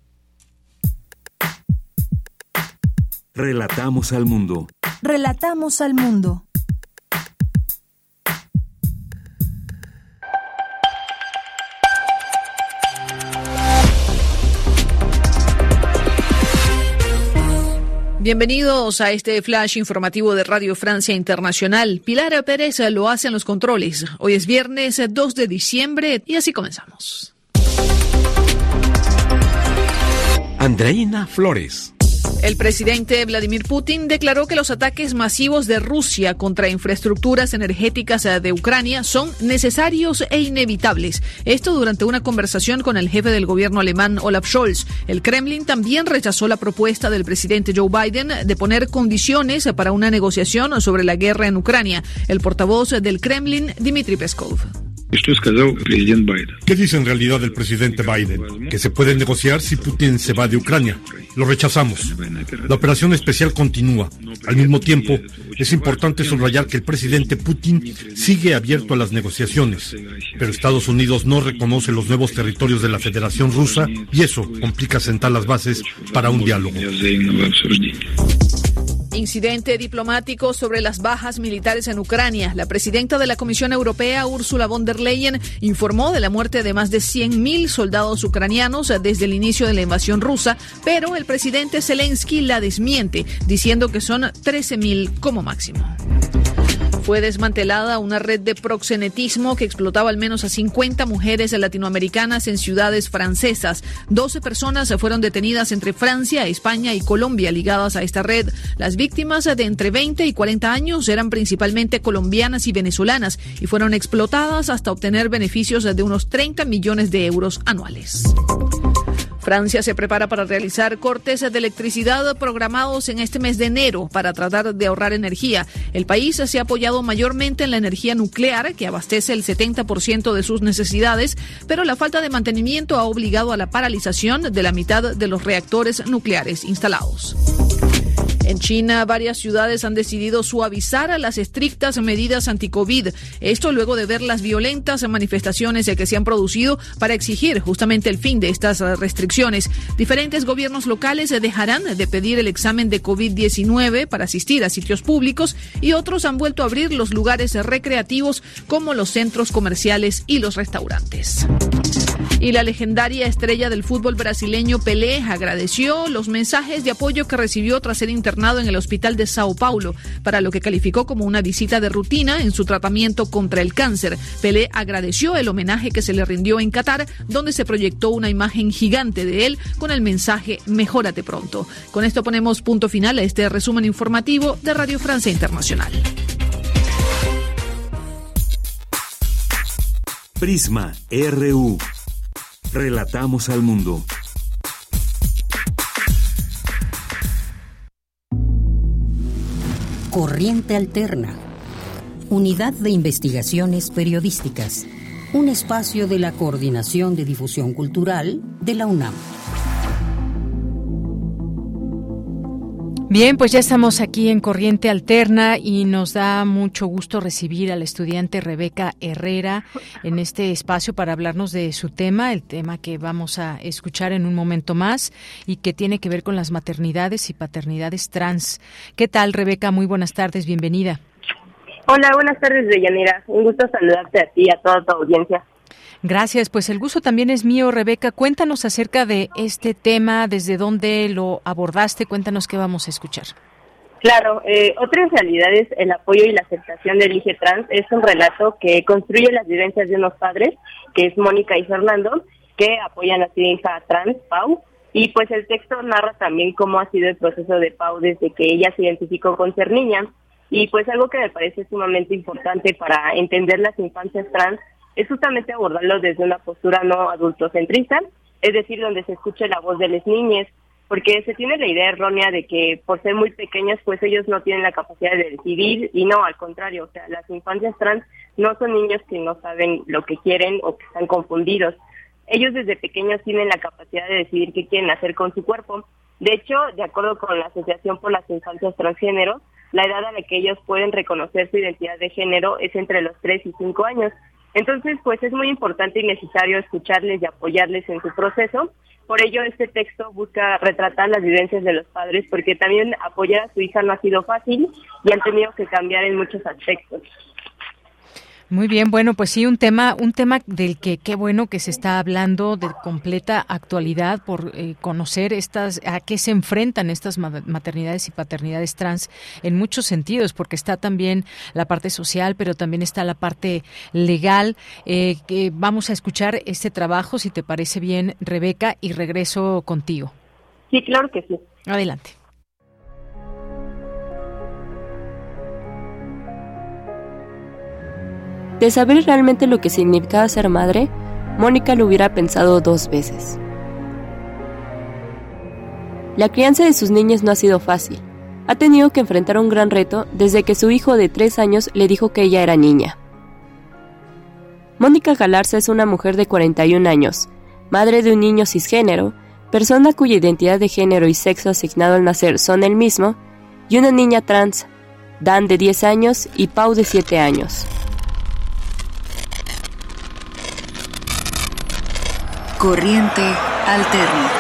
Relatamos al mundo.
Relatamos al mundo.
Bienvenidos a este flash informativo de Radio Francia Internacional. Pilar Pérez lo hace en los controles. Hoy es viernes 2 de diciembre y así comenzamos.
Andreina Flores.
El presidente Vladimir Putin declaró que los ataques masivos de Rusia contra infraestructuras energéticas de Ucrania son necesarios e inevitables. Esto durante una conversación con el jefe del gobierno alemán, Olaf Scholz. El Kremlin también rechazó la propuesta del presidente Joe Biden de poner condiciones para una negociación sobre la guerra en Ucrania. El portavoz del Kremlin, Dmitry Peskov.
¿Qué dice en realidad el presidente Biden? Que se puede negociar si Putin se va de Ucrania. Lo rechazamos. La operación especial continúa. Al mismo tiempo, es importante subrayar que el presidente Putin sigue abierto a las negociaciones, pero Estados Unidos no reconoce los nuevos territorios de la Federación Rusa y eso complica sentar las bases para un diálogo.
Incidente diplomático sobre las bajas militares en Ucrania. La presidenta de la Comisión Europea, Ursula von der Leyen, informó de la muerte de más de 100.000 soldados ucranianos desde el inicio de la invasión rusa, pero el presidente Zelensky la desmiente, diciendo que son 13.000 como máximo. Fue desmantelada una red de proxenetismo que explotaba al menos a 50 mujeres latinoamericanas en ciudades francesas. 12 personas fueron detenidas entre Francia, España y Colombia ligadas a esta red. Las víctimas de entre 20 y 40 años eran principalmente colombianas y venezolanas y fueron explotadas hasta obtener beneficios de unos 30 millones de euros anuales. Francia se prepara para realizar cortes de electricidad programados en este mes de enero para tratar de ahorrar energía. El país se ha apoyado mayormente en la energía nuclear, que abastece el 70% de sus necesidades, pero la falta de mantenimiento ha obligado a la paralización de la mitad de los reactores nucleares instalados. En China, varias ciudades han decidido suavizar las estrictas medidas anti-COVID. Esto luego de ver las violentas manifestaciones que se han producido para exigir justamente el fin de estas restricciones. Diferentes gobiernos locales dejarán de pedir el examen de COVID-19 para asistir a sitios públicos y otros han vuelto a abrir los lugares recreativos como los centros comerciales y los restaurantes. Y la legendaria estrella del fútbol brasileño Pelé agradeció los mensajes de apoyo que recibió tras ser internado en el hospital de Sao Paulo, para lo que calificó como una visita de rutina en su tratamiento contra el cáncer. Pelé agradeció el homenaje que se le rindió en Qatar, donde se proyectó una imagen gigante de él con el mensaje "Mejórate pronto". Con esto ponemos punto final a este resumen informativo de Radio Francia Internacional.
Prisma RU. Relatamos al mundo.
Corriente Alterna. Unidad de Investigaciones Periodísticas. Un espacio de la Coordinación de Difusión Cultural de la UNAM.
Bien, pues ya estamos aquí en Corriente Alterna y nos da mucho gusto recibir a la estudiante Rebeca Herrera en este espacio para hablarnos de su tema, el tema que vamos a escuchar en un momento más y que tiene que ver con las maternidades y paternidades trans. ¿Qué tal, Rebeca? Muy buenas tardes, bienvenida.
Hola, buenas tardes, Deyanira. Un gusto saludarte a ti y a toda tu audiencia.
Gracias, pues el gusto también es mío, Rebeca. Cuéntanos acerca de este tema, desde dónde lo abordaste, cuéntanos qué vamos a escuchar.
Claro, Otras realidades, el apoyo y la aceptación del hijo trans es un relato que construye las vivencias de unos padres, que es Mónica y Fernando, que apoyan a su hija trans, Pau, y pues el texto narra también cómo ha sido el proceso de Pau desde que ella se identificó con ser niña, y pues algo que me parece sumamente importante para entender las infancias trans es justamente abordarlo desde una postura no adultocentrista, es decir, donde se escuche la voz de las niñas, porque se tiene la idea errónea de que por ser muy pequeños, pues ellos no tienen la capacidad de decidir, y no, al contrario, o sea, las infancias trans no son niños que no saben lo que quieren o que están confundidos. Ellos desde pequeños tienen la capacidad de decidir qué quieren hacer con su cuerpo. De hecho, de acuerdo con la Asociación por las Infancias Transgénero, la edad a la que ellos pueden reconocer su identidad de género es entre los 3 y 5 años. Entonces, pues es muy importante y necesario escucharles y apoyarles en su proceso. Por ello, este texto busca retratar las vivencias de los padres, porque también apoyar a su hija no ha sido fácil y han tenido que cambiar en muchos aspectos.
Muy bien, bueno, pues sí, un tema del que qué bueno que se está hablando de completa actualidad por conocer a qué se enfrentan estas maternidades y paternidades trans en muchos sentidos, porque está también la parte social, pero también está la parte legal. Que vamos a escuchar este trabajo, si te parece bien, Rebeca, y regreso contigo.
Sí, claro que sí.
Adelante.
De saber realmente lo que significaba ser madre, Mónica lo hubiera pensado 2 veces. La crianza de sus niñas no ha sido fácil. Ha tenido que enfrentar un gran reto desde que su hijo de 3 años le dijo que ella era niña. Mónica Galarza es una mujer de 41 años, madre de un niño cisgénero, persona cuya identidad de género y sexo asignado al nacer son el mismo, y una niña trans, Dan de 10 años y Pau de 7 años.
Corriente Alterna.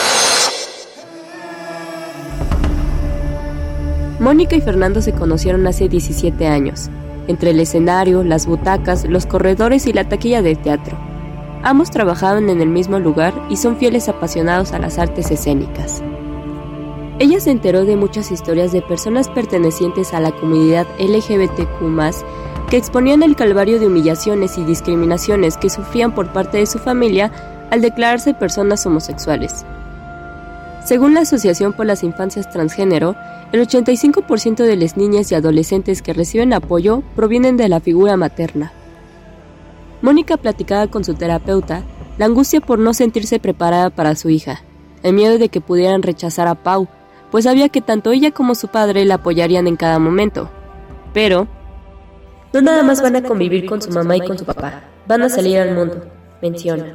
Mónica y Fernando se conocieron hace 17 años, entre el escenario, las butacas, los corredores y la taquilla del teatro. Ambos trabajaban en el mismo lugar y son fieles apasionados a las artes escénicas. Ella se enteró de muchas historias de personas pertenecientes a la comunidad LGBTQ+, que exponían el calvario de humillaciones y discriminaciones que sufrían por parte de su familia al declararse personas homosexuales. Según la Asociación por las Infancias Transgénero, el 85% de las niñas y adolescentes que reciben apoyo provienen de la figura materna. Mónica platicaba con su terapeuta la angustia por no sentirse preparada para su hija, el miedo de que pudieran rechazar a Pau, pues sabía que tanto ella como su padre la apoyarían en cada momento. Pero no nada más van a convivir con su mamá y con su papá, van a salir al mundo, menciona.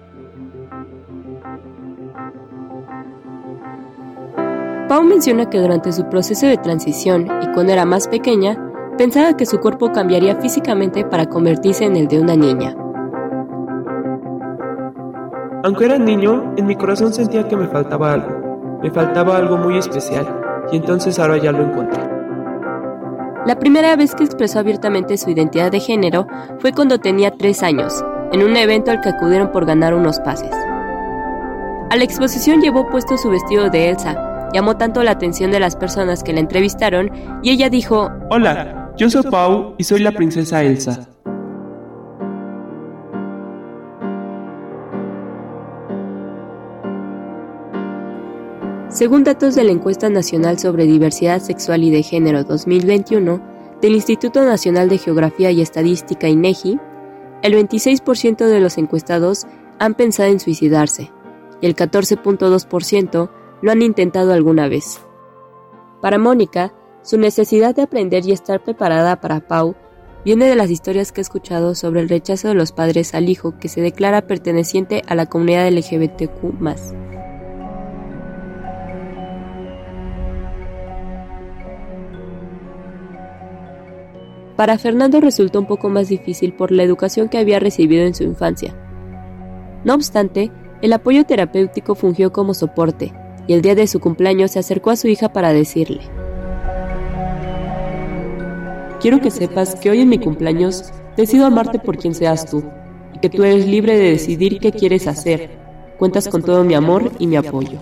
Pau menciona que durante su proceso de transición y cuando era más pequeña, pensaba que su cuerpo cambiaría físicamente para convertirse en el de una niña.
Aunque era niño, en mi corazón sentía que me faltaba algo muy especial, y entonces ahora ya lo encontré.
La primera vez que expresó abiertamente su identidad de género fue cuando tenía 3 años, en un evento al que acudieron por ganar unos pases. A la exposición llevó puesto su vestido de Elsa. Llamó tanto la atención de las personas que la entrevistaron y ella dijo:
Hola, yo soy Pau y soy la princesa Elsa.
Según datos de la Encuesta Nacional sobre Diversidad Sexual y de Género 2021 del Instituto Nacional de Geografía y Estadística INEGI, el 26% de los encuestados han pensado en suicidarse y el 14.2% lo han intentado alguna vez. Para Mónica, su necesidad de aprender y estar preparada para Pau viene de las historias que ha escuchado sobre el rechazo de los padres al hijo que se declara perteneciente a la comunidad LGBTQ+. Para Fernando resultó un poco más difícil por la educación que había recibido en su infancia. No obstante, el apoyo terapéutico fungió como soporte, y el día de su cumpleaños se acercó a su hija para decirle:
Quiero que sepas que hoy en mi cumpleaños decido amarte por quien seas tú, y que tú eres libre de decidir qué quieres hacer. Cuentas con todo mi amor y mi apoyo.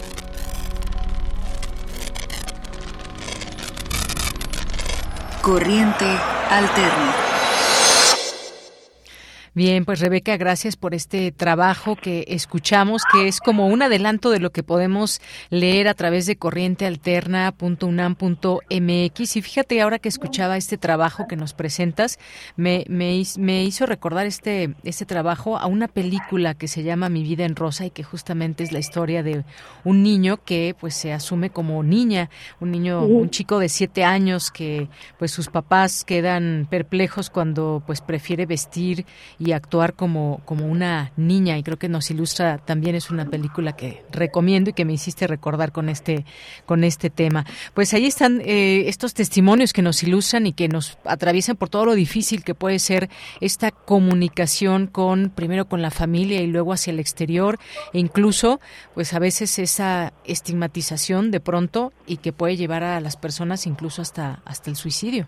Corriente Alterna.
Bien, pues Rebeca, gracias por este trabajo que escuchamos, que es como un adelanto de lo que podemos leer a través de corrientealterna.unam.mx. Y fíjate, ahora que escuchaba este trabajo que nos presentas, me hizo recordar este trabajo a una película que se llama Mi vida en rosa y que justamente es la historia de un niño que pues se asume como niña, un chico de 7 años que pues sus papás quedan perplejos cuando pues prefiere vestir y actuar como una niña, y creo que nos ilustra también. Es una película que recomiendo y que me hiciste recordar con este tema. Pues ahí están estos testimonios que nos ilustran y que nos atraviesan por todo lo difícil que puede ser esta comunicación primero con la familia y luego hacia el exterior, e incluso pues a veces esa estigmatización de pronto y que puede llevar a las personas incluso hasta el suicidio.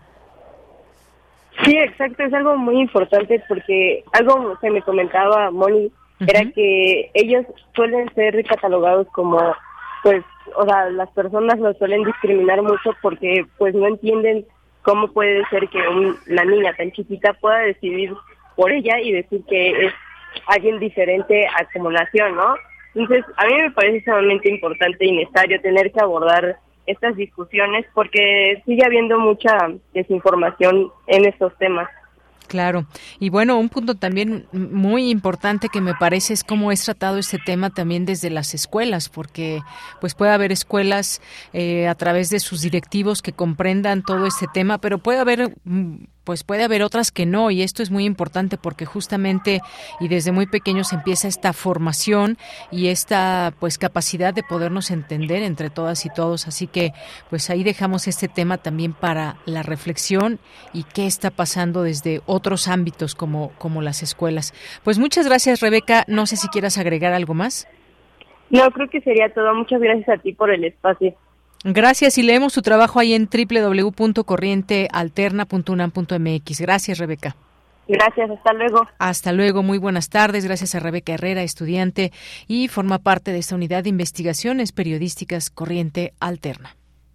Sí, exacto, es algo muy importante porque algo que me comentaba Moni era que ellos suelen ser catalogados como, pues, o sea, las personas los suelen discriminar mucho porque pues no entienden cómo puede ser que la niña tan chiquita pueda decidir por ella y decir que es alguien diferente a como nació, ¿no? Entonces, a mí me parece sumamente importante y necesario tener que abordar estas discusiones porque sigue habiendo mucha desinformación en estos temas.
Claro, y bueno, un punto también muy importante que me parece es cómo es tratado este tema también desde las escuelas, porque pues puede haber escuelas a través de sus directivos que comprendan todo este tema, pero puede haber otras que no, y esto es muy importante porque justamente y desde muy pequeños empieza esta formación y esta pues capacidad de podernos entender entre todas y todos, así que pues ahí dejamos este tema también para la reflexión y qué está pasando desde otros ámbitos como las escuelas. Pues muchas gracias, Rebeca, no sé si quieras agregar algo más.
No, creo que sería todo. Muchas gracias a ti por el espacio.
Gracias, y leemos tu trabajo ahí en www.corrientealterna.unam.mx. Gracias, Rebeca.
Gracias, hasta luego.
Hasta luego, muy buenas tardes. Gracias a Rebeca Herrera, estudiante y forma parte de esta unidad de investigaciones periodísticas Corriente Alterna.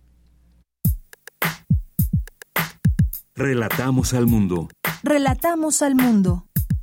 Relatamos al mundo.
Relatamos al mundo.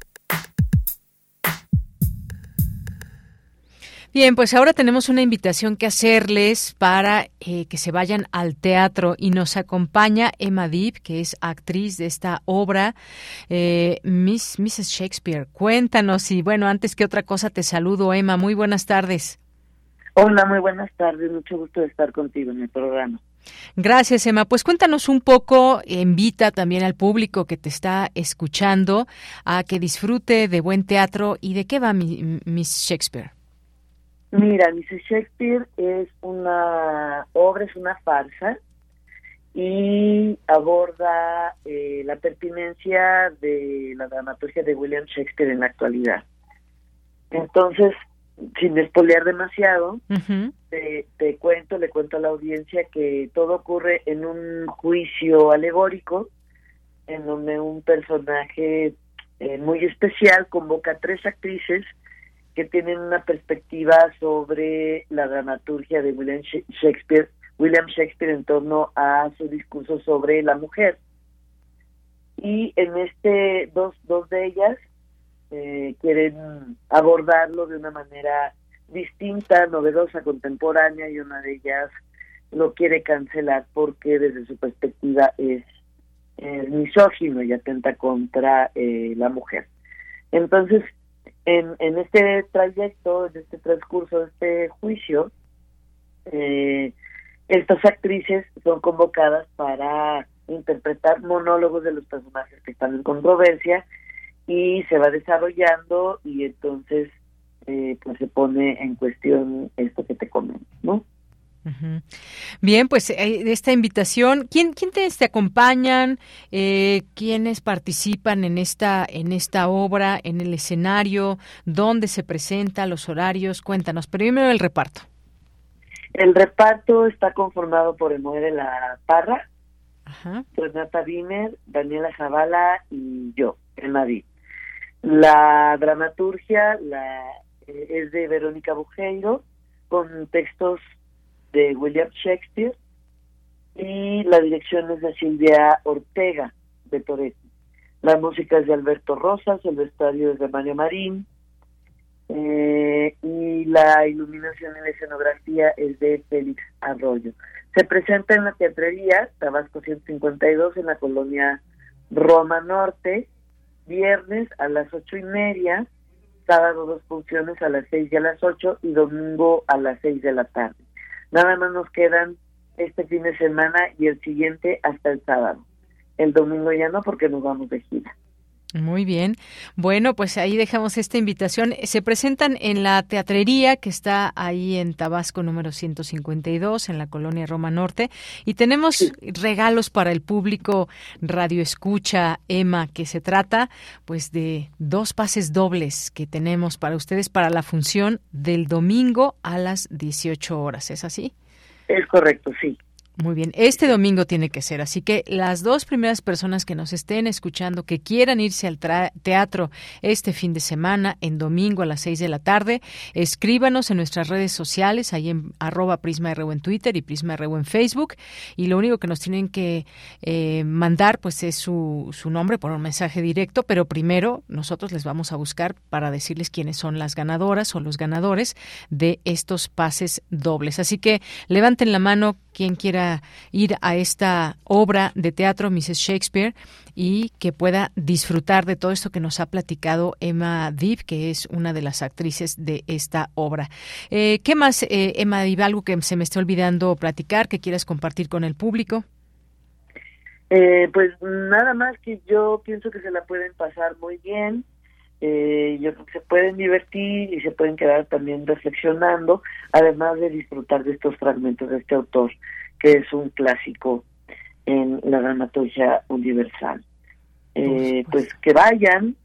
Bien, pues ahora tenemos una invitación que hacerles para que se vayan al teatro y nos acompaña Emma Deep, que es actriz de esta obra, Mrs. Shakespeare. Cuéntanos y bueno, antes que otra cosa te saludo, Emma. Muy buenas tardes.
Hola, muy buenas tardes. Mucho gusto de estar contigo en el programa.
Gracias, Emma. Pues cuéntanos un poco, invita también al público que te está escuchando a que disfrute de buen teatro y de qué va Miss Shakespeare.
Mira, Mrs. Shakespeare es una obra, es una farsa y aborda la pertinencia de la dramaturgia de William Shakespeare en la actualidad. Entonces, sin espolear demasiado, le cuento a la audiencia que todo ocurre en un juicio alegórico en donde un personaje muy especial convoca a 3 actrices que tienen una perspectiva sobre la dramaturgia de William Shakespeare en torno a su discurso sobre la mujer. Y en dos de ellas quieren abordarlo de una manera distinta, novedosa, contemporánea, y una de ellas lo quiere cancelar porque desde su perspectiva es misógino y atenta contra la mujer. Entonces, en este trayecto, en este transcurso de este juicio, estas actrices son convocadas para interpretar monólogos de los personajes que están en controversia y se va desarrollando y entonces pues se pone en cuestión esto que te comento, ¿no?
Uh-huh. Bien, pues esta invitación, ¿quién te acompañan? ¿Quiénes participan en esta obra, en el escenario? ¿Dónde se presenta? ¿Los horarios? Cuéntanos, primero el reparto.
El reparto está conformado por Emoe de la Parra, Renata Wiener, Daniela Zavala y yo, Emma Deep. La dramaturgia es de Verónica Bujeiro, con textos de William Shakespeare, y la dirección es de Silvia Ortega de Toretti. La música es de Alberto Rosas, el vestuario es de Mario Marín, y la iluminación y la escenografía es de Félix Arroyo. Se presenta en la Teatrería Tabasco 152 en la colonia Roma Norte, viernes a las 8:30, sábado 2 funciones a las 6 y a las 8 y domingo a las 6 de la tarde. Nada más nos quedan este fin de semana y el siguiente hasta el sábado. El domingo ya no, porque nos vamos de gira.
Muy bien. Bueno, pues ahí dejamos esta invitación. Se presentan en la Teatrería, que está ahí en Tabasco número 152, en la colonia Roma Norte. Y tenemos regalos para el público Radio Escucha, Emma, que se trata pues de 2 pases dobles que tenemos para ustedes para la función del domingo a las 18 horas. ¿Es así?
Es correcto, sí.
Muy bien, este domingo tiene que ser, así que las 2 primeras personas que nos estén escuchando, que quieran irse al teatro este fin de semana, en domingo a las 6 de la tarde, escríbanos en nuestras redes sociales, ahí en @PrismaRU en Twitter y PrismaRU en Facebook, y lo único que nos tienen que mandar pues es su nombre por un mensaje directo, pero primero nosotros les vamos a buscar para decirles quiénes son las ganadoras o los ganadores de estos pases dobles. Así que levanten la mano quien quiera ir a esta obra de teatro, Mrs. Shakespeare, y que pueda disfrutar de todo esto que nos ha platicado Emma Deep, que es una de las actrices de esta obra. ¿Qué más, Emma Deep, algo que se me esté olvidando platicar, que quieras compartir con el público?
Pues nada más, que yo pienso que se la pueden pasar muy bien. Yo creo que se pueden divertir y se pueden quedar también reflexionando, además de disfrutar de estos fragmentos de este autor, que es un clásico en la dramaturgia universal. Pues que vayan,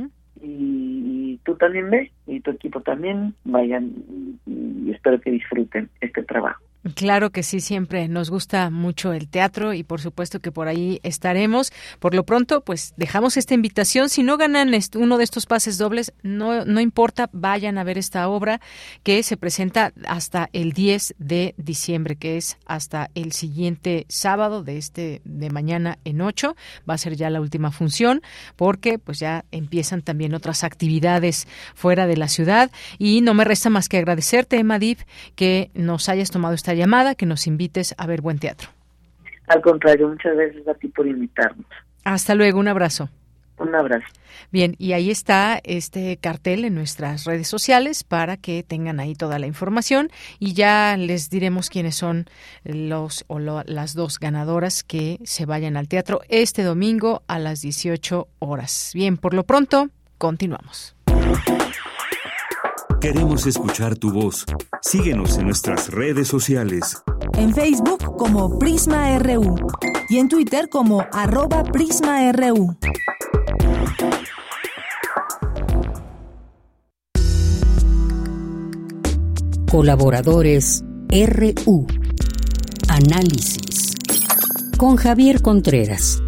y tú también ves, y tu equipo también, vayan y espero que disfruten este trabajo.
Claro que sí, siempre nos gusta mucho el teatro y por supuesto que por ahí estaremos. Por lo pronto, pues dejamos esta invitación. Si no ganan uno de estos pases dobles, no importa, vayan a ver esta obra que se presenta hasta el 10 de diciembre, que es hasta el siguiente sábado de mañana en 8. Va a ser ya la última función porque pues ya empiezan también otras actividades fuera de la ciudad y no me resta más que agradecerte, Emma Dib, que nos hayas tomado esta llamada, que nos invites a ver buen teatro.
Al contrario, muchas gracias a ti por invitarnos.
Hasta luego, un abrazo.
Un abrazo.
Bien, y ahí está este cartel en nuestras redes sociales para que tengan ahí toda la información y ya les diremos quiénes son las dos ganadoras que se vayan al teatro este domingo a las 18 horas. Bien, por lo pronto, continuamos.
Queremos escuchar tu voz. Síguenos en nuestras redes sociales.
En Facebook como Prisma RU y en Twitter como @PrismaRU.
Colaboradores RU. Análisis. Con Javier Contreras.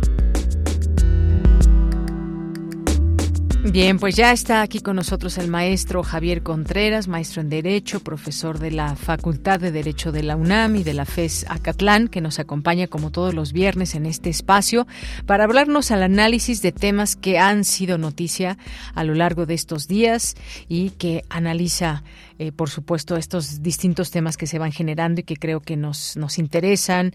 Bien, pues ya está aquí con nosotros el maestro Javier Contreras, maestro en Derecho, profesor de la Facultad de Derecho de la UNAM y de la FES Acatlán, que nos acompaña como todos los viernes en este espacio para hablarnos al análisis de temas que han sido noticia a lo largo de estos días y que analiza, por supuesto, estos distintos temas que se van generando y que creo que nos interesan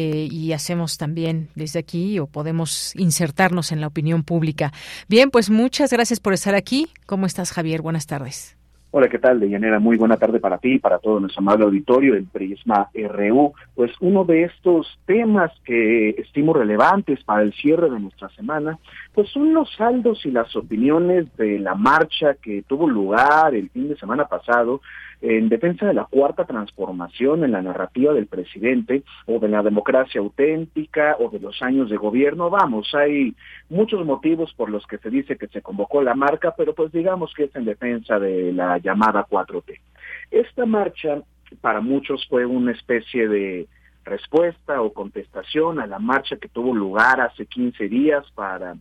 y hacemos también desde aquí o podemos insertarnos en la opinión pública. Bien, pues muchas gracias por estar aquí. ¿Cómo estás, Javier? Buenas tardes.
Hola, ¿qué tal, Deyanira? Muy buena tarde para ti y para todo nuestro amable auditorio del Prisma RU. Pues uno de estos temas que estimo relevantes para el cierre de nuestra semana, pues son los saldos y las opiniones de la marcha que tuvo lugar el fin de semana pasado en defensa de la cuarta transformación en la narrativa del presidente, o de la democracia auténtica, o de los años de gobierno. Vamos, hay muchos motivos por los que se dice que se convocó la marcha, pero pues digamos que es en defensa de la llamada 4T. Esta marcha para muchos fue una especie de respuesta o contestación a la marcha que tuvo lugar hace 15 días para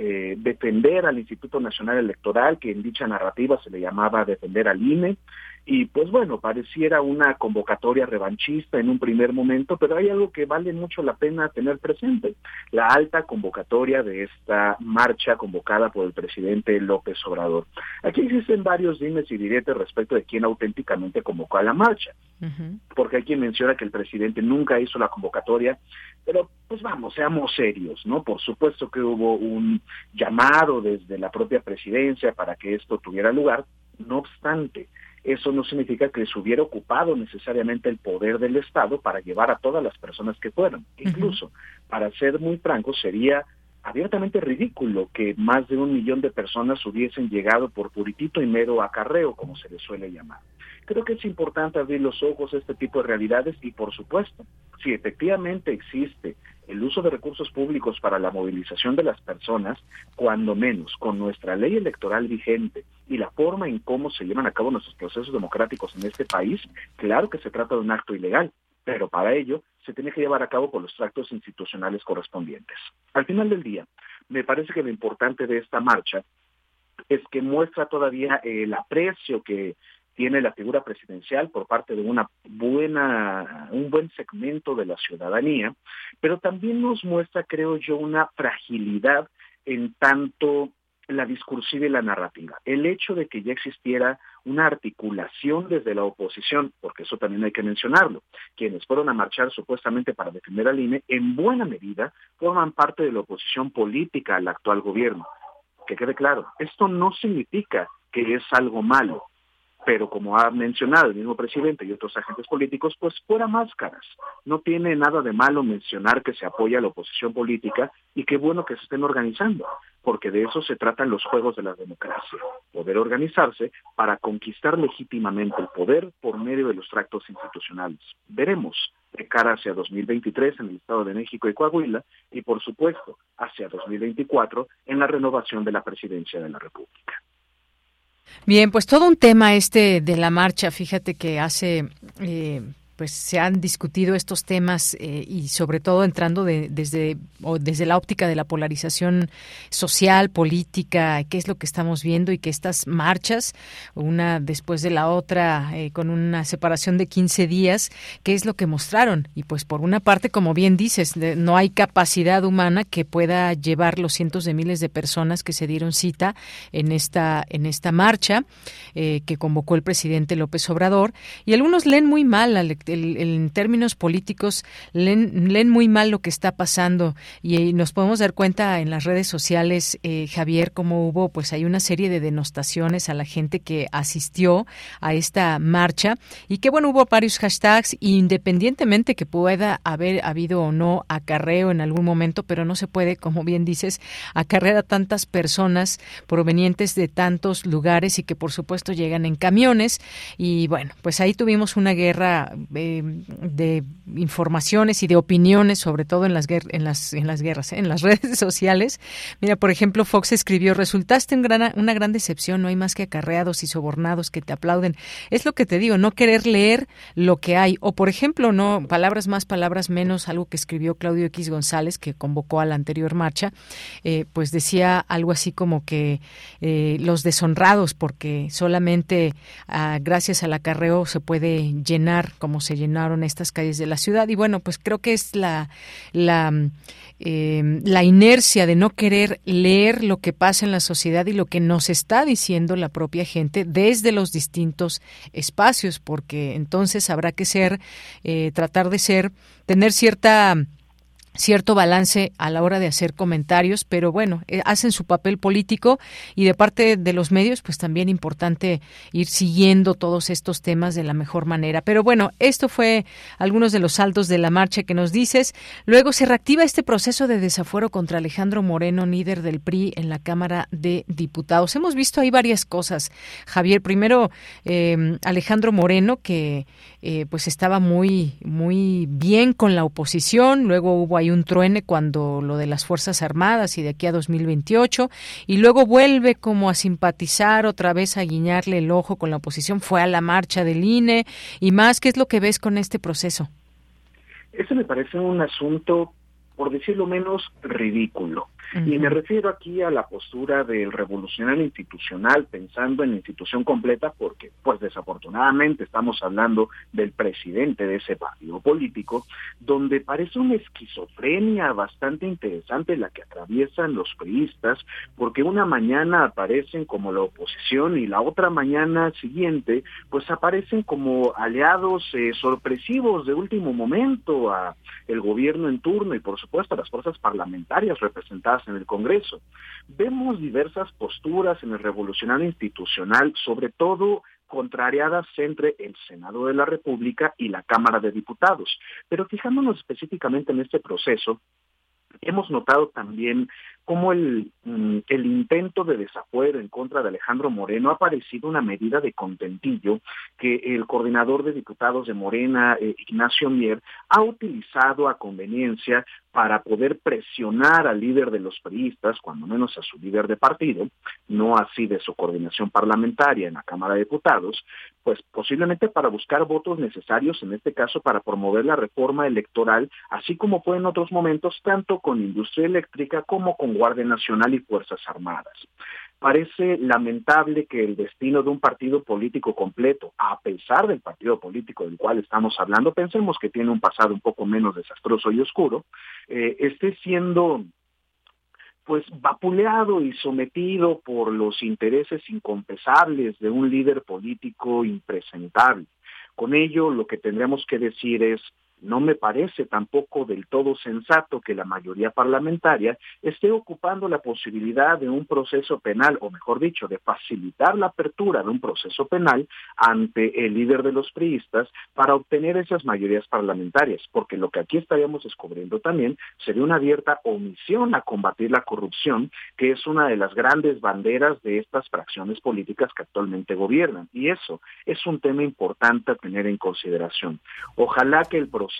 defender al Instituto Nacional Electoral, que en dicha narrativa se le llamaba defender al INE. Y pues bueno, pareciera una convocatoria revanchista en un primer momento, pero hay algo que vale mucho la pena tener presente: la alta convocatoria de esta marcha convocada por el presidente López Obrador. Aquí existen varios dimes y diretes respecto de quién auténticamente convocó a la marcha, porque hay quien menciona que el presidente nunca hizo la convocatoria, pero pues vamos, seamos serios, ¿no? Por supuesto que hubo un llamado desde la propia presidencia para que esto tuviera lugar. No obstante, eso no significa que se hubiera ocupado necesariamente el poder del Estado para llevar a todas las personas que fueron. Incluso, para ser muy franco, sería abiertamente ridículo que más de 1 millón de personas hubiesen llegado por puritito y mero acarreo, como se les suele llamar. Creo que es importante abrir los ojos a este tipo de realidades y, por supuesto, si efectivamente existe el uso de recursos públicos para la movilización de las personas, cuando menos con nuestra ley electoral vigente y la forma en cómo se llevan a cabo nuestros procesos democráticos en este país, claro que se trata de un acto ilegal, pero para ello se tiene que llevar a cabo por los tractos institucionales correspondientes. Al final del día, me parece que lo importante de esta marcha es que muestra todavía el aprecio que tiene la figura presidencial por parte de un buen segmento de la ciudadanía, pero también nos muestra, creo yo, una fragilidad en tanto la discursiva y la narrativa. El hecho de que ya existiera una articulación desde la oposición, porque eso también hay que mencionarlo, quienes fueron a marchar supuestamente para defender al INE, en buena medida forman parte de la oposición política al actual gobierno. Que quede claro, esto no significa que es algo malo, pero como ha mencionado el mismo presidente y otros agentes políticos, pues fuera máscaras. No tiene nada de malo mencionar que se apoya a la oposición política y qué bueno que se estén organizando, porque de eso se tratan los juegos de la democracia, poder organizarse para conquistar legítimamente el poder por medio de los tractos institucionales. Veremos de cara hacia 2023 en el Estado de México y Coahuila y, por supuesto, hacia 2024 en la renovación de la presidencia de la República.
Bien, pues todo un tema de la marcha. Fíjate que hace pues se han discutido estos temas y sobre todo entrando desde la óptica de la polarización social, política, qué es lo que estamos viendo, y que estas marchas, una después de la otra, con una separación de 15 días, qué es lo que mostraron. Y pues por una parte, como bien dices, no hay capacidad humana que pueda llevar los cientos de miles de personas que se dieron cita en esta marcha que convocó el presidente López Obrador, y algunos leen muy mal en términos políticos, leen muy mal lo que está pasando, y nos podemos dar cuenta en las redes sociales, Javier, cómo hubo, pues hay una serie de denostaciones a la gente que asistió a esta marcha, y que bueno, hubo varios hashtags, independientemente que pueda haber habido o no acarreo en algún momento, pero no se puede, como bien dices, acarrear a tantas personas provenientes de tantos lugares y que por supuesto llegan en camiones. Y bueno, pues ahí tuvimos una guerra de informaciones y de opiniones, sobre todo en las redes sociales. Mira, por ejemplo, Fox escribió: resultaste una gran decepción, no hay más que acarreados y sobornados que te aplauden. Es lo que te digo, no querer leer lo que hay. O por ejemplo, no, palabras más, palabras menos, algo que escribió Claudio X González, que convocó a la anterior marcha, pues decía algo así como que los deshonrados, porque solamente gracias al acarreo se puede llenar como se llenaron estas calles de la ciudad. Y bueno, pues creo que es la inercia de no querer leer lo que pasa en la sociedad y lo que nos está diciendo la propia gente desde los distintos espacios, porque entonces habrá que tratar de tener cierto balance a la hora de hacer comentarios, pero bueno, hacen su papel político, y de parte de los medios, pues también importante ir siguiendo todos estos temas de la mejor manera. Pero bueno, esto fue algunos de los saldos de la marcha que nos dices. Luego se reactiva este proceso de desafuero contra Alejandro Moreno, líder del PRI en la Cámara de Diputados. Hemos visto ahí varias cosas, Javier. Primero, Alejandro Moreno, que pues estaba muy, muy bien con la oposición. Luego hubo ahí un truene cuando lo de las Fuerzas Armadas y de aquí a 2028, y luego vuelve como a simpatizar otra vez, a guiñarle el ojo con la oposición, fue a la marcha del INE y más. ¿Qué es lo que ves con este proceso?
Eso me parece un asunto, por decirlo menos, ridículo. Y me refiero aquí a la postura del revolucionario institucional, pensando en la institución completa, porque pues desafortunadamente estamos hablando del presidente de ese partido político, donde parece una esquizofrenia bastante interesante la que atraviesan los priistas, porque una mañana aparecen como la oposición y la otra mañana siguiente pues aparecen como aliados sorpresivos de último momento a el gobierno en turno y por supuesto a las fuerzas parlamentarias representadas en el Congreso. Vemos diversas posturas en el revolucionario institucional, sobre todo contrariadas entre el Senado de la República y la Cámara de Diputados. Pero fijándonos específicamente en este proceso, hemos notado también cómo el intento de desafuero en contra de Alejandro Moreno ha parecido una medida de contentillo que el coordinador de diputados de Morena, Ignacio Mier, ha utilizado a conveniencia para poder presionar al líder de los priistas, cuando menos a su líder de partido, no así de su coordinación parlamentaria en la Cámara de Diputados, pues posiblemente para buscar votos necesarios, en este caso para promover la reforma electoral, así como fue en otros momentos, tanto con industria eléctrica como con Guardia Nacional y Fuerzas Armadas. Parece lamentable que el destino de un partido político completo, a pesar del partido político del cual estamos hablando, pensemos que tiene un pasado un poco menos desastroso y oscuro, esté siendo pues vapuleado y sometido por los intereses inconfesables de un líder político impresentable. Con ello, lo que tendríamos que decir es: no me parece tampoco del todo sensato que la mayoría parlamentaria esté ocupando la posibilidad de un proceso penal, o mejor dicho, de facilitar la apertura de un proceso penal ante el líder de los priistas para obtener esas mayorías parlamentarias, porque lo que aquí estaríamos descubriendo también sería una abierta omisión a combatir la corrupción, que es una de las grandes banderas de estas fracciones políticas que actualmente gobiernan, y eso es un tema importante a tener en consideración. Ojalá que el proceso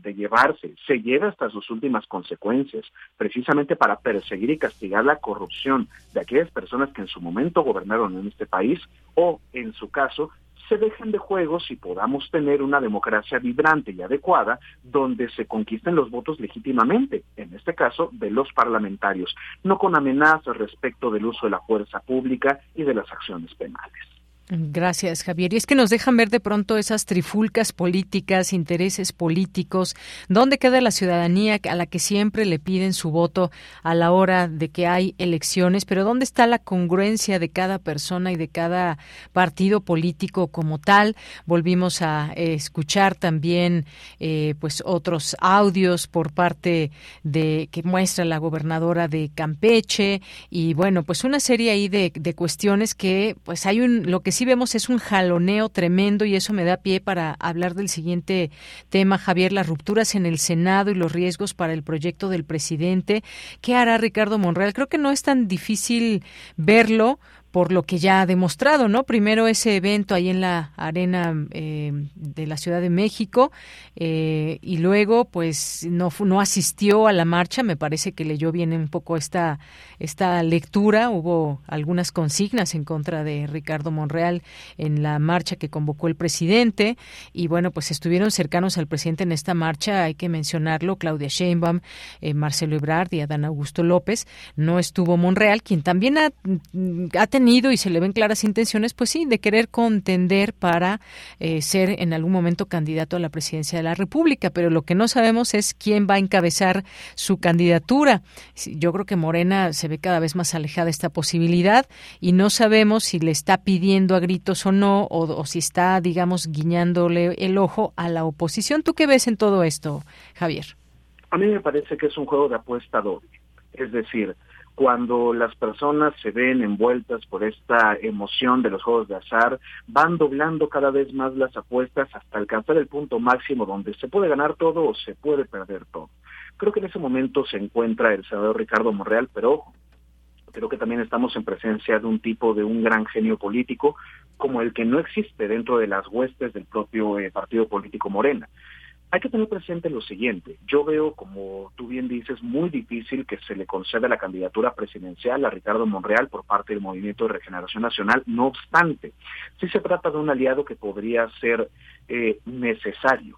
se lleve hasta sus últimas consecuencias, precisamente para perseguir y castigar la corrupción de aquellas personas que en su momento gobernaron en este país, o en su caso se dejen de juegos y podamos tener una democracia vibrante y adecuada donde se conquisten los votos legítimamente, en este caso de los parlamentarios, no con amenazas respecto del uso de la fuerza pública y de las acciones penales.
Gracias, Javier. Y es que nos dejan ver de pronto esas trifulcas políticas, intereses políticos. ¿Dónde queda la ciudadanía a la que siempre le piden su voto a la hora de que hay elecciones? Pero ¿dónde está la congruencia de cada persona y de cada partido político como tal? Volvimos a escuchar también pues otros audios por parte de que muestra la gobernadora de Campeche y bueno, pues una serie ahí de cuestiones que pues hay lo que sí vemos es un jaloneo tremendo y eso me da pie para hablar del siguiente tema, Javier, las rupturas en el Senado y los riesgos para el proyecto del presidente. ¿Qué hará Ricardo Monreal? Creo que no es tan difícil verlo por lo que ya ha demostrado, ¿no? Primero ese evento ahí en la arena de la Ciudad de México y luego pues no asistió a la marcha, me parece que leyó bien un poco esta lectura, hubo algunas consignas en contra de Ricardo Monreal en la marcha que convocó el presidente y bueno, pues estuvieron cercanos al presidente en esta marcha, hay que mencionarlo, Claudia Sheinbaum, Marcelo Ebrard y Adán Augusto López, no estuvo Monreal, quien también ha tenido y se le ven claras intenciones, pues sí, de querer contender para ser en algún momento candidato a la presidencia de la República, pero lo que no sabemos es quién va a encabezar su candidatura. Yo creo que Morena se ve cada vez más alejada de esta posibilidad y no sabemos si le está pidiendo a gritos o no, o si está, digamos, guiñándole el ojo a la oposición. ¿Tú qué ves en todo esto, Javier?
A mí me parece que es un juego de apuesta doble, es decir, cuando las personas se ven envueltas por esta emoción de los juegos de azar, van doblando cada vez más las apuestas hasta alcanzar el punto máximo donde se puede ganar todo o se puede perder todo. Creo que en ese momento se encuentra el senador Ricardo Monreal, pero ojo, creo que también estamos en presencia de un gran genio político como el que no existe dentro de las huestes del propio partido político Morena. Hay que tener presente lo siguiente, yo veo, como tú bien dices, muy difícil que se le conceda la candidatura presidencial a Ricardo Monreal por parte del Movimiento de Regeneración Nacional, no obstante, sí se trata de un aliado que podría ser necesario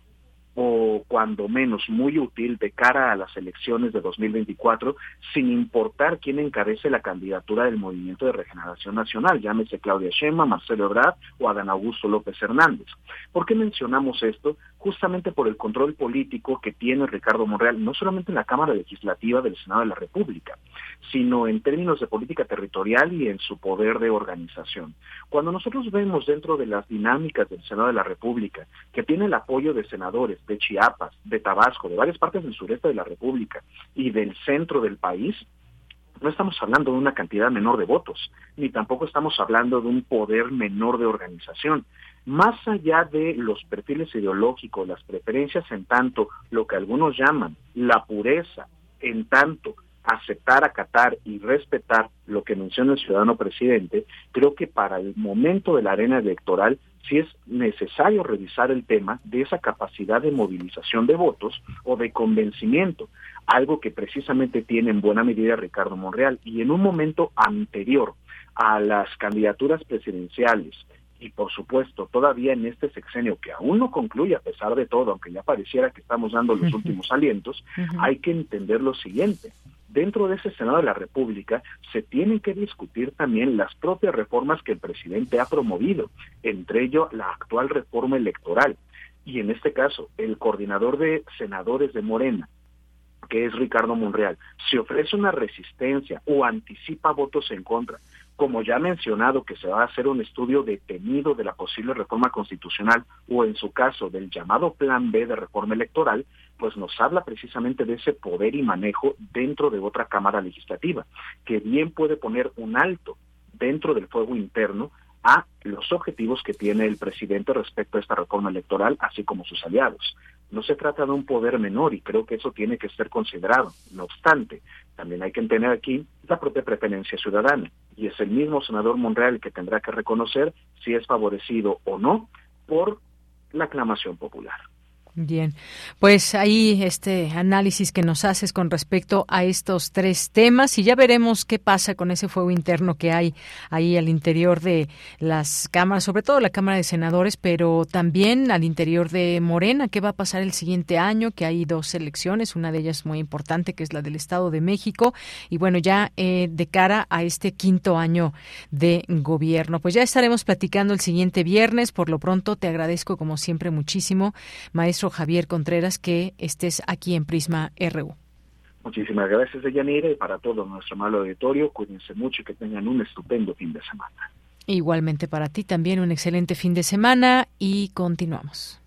o cuando menos muy útil de cara a las elecciones de 2024, sin importar quién encabece la candidatura del Movimiento de Regeneración Nacional, llámese Claudia Sheinbaum, Marcelo Ebrard o Adán Augusto López Hernández. ¿Por qué mencionamos esto? Justamente por el control político que tiene Ricardo Monreal, no solamente en la Cámara Legislativa del Senado de la República, sino en términos de política territorial y en su poder de organización. Cuando nosotros vemos dentro de las dinámicas del Senado de la República, que tiene el apoyo de senadores de Chiapas, de Tabasco, de varias partes del sureste de la República y del centro del país, no estamos hablando de una cantidad menor de votos, ni tampoco estamos hablando de un poder menor de organización. Más allá de los perfiles ideológicos, las preferencias en tanto, lo que algunos llaman la pureza, en tanto aceptar, acatar y respetar lo que menciona el ciudadano presidente, creo que para el momento de la arena electoral sí es necesario revisar el tema de esa capacidad de movilización de votos o de convencimiento, algo que precisamente tiene en buena medida Ricardo Monreal, y en un momento anterior a las candidaturas presidenciales, y por supuesto todavía en este sexenio que aún no concluye a pesar de todo, aunque ya pareciera que estamos dando los últimos alientos, hay que entender lo siguiente. Dentro de ese Senado de la República se tienen que discutir también las propias reformas que el presidente ha promovido, entre ello la actual reforma electoral. Y en este caso, el coordinador de senadores de Morena, que es Ricardo Monreal, si ofrece una resistencia o anticipa votos en contra, como ya ha mencionado que se va a hacer un estudio detenido de la posible reforma constitucional o en su caso del llamado Plan B de reforma electoral, pues nos habla precisamente de ese poder y manejo dentro de otra Cámara Legislativa, que bien puede poner un alto dentro del fuego interno a los objetivos que tiene el presidente respecto a esta reforma electoral, así como sus aliados. No se trata de un poder menor y creo que eso tiene que ser considerado. No obstante, también hay que entender aquí la propia preferencia ciudadana y es el mismo senador Monreal que tendrá que reconocer si es favorecido o no por la aclamación popular.
Bien, pues ahí este análisis que nos haces con respecto a estos 3 temas y ya veremos qué pasa con ese fuego interno que hay ahí al interior de las cámaras, sobre todo la Cámara de Senadores, pero también al interior de Morena, qué va a pasar el siguiente año, que hay 2 elecciones, una de ellas muy importante que es la del Estado de México y bueno, ya de cara a este 5º año de gobierno. Pues ya estaremos platicando el siguiente viernes, por lo pronto te agradezco como siempre muchísimo, maestro Javier Contreras, que estés aquí en Prisma RU.
Muchísimas gracias, Deyanira, y para todo nuestro amable auditorio, cuídense mucho y que tengan un estupendo fin de semana.
Igualmente para ti también un excelente fin de semana y continuamos.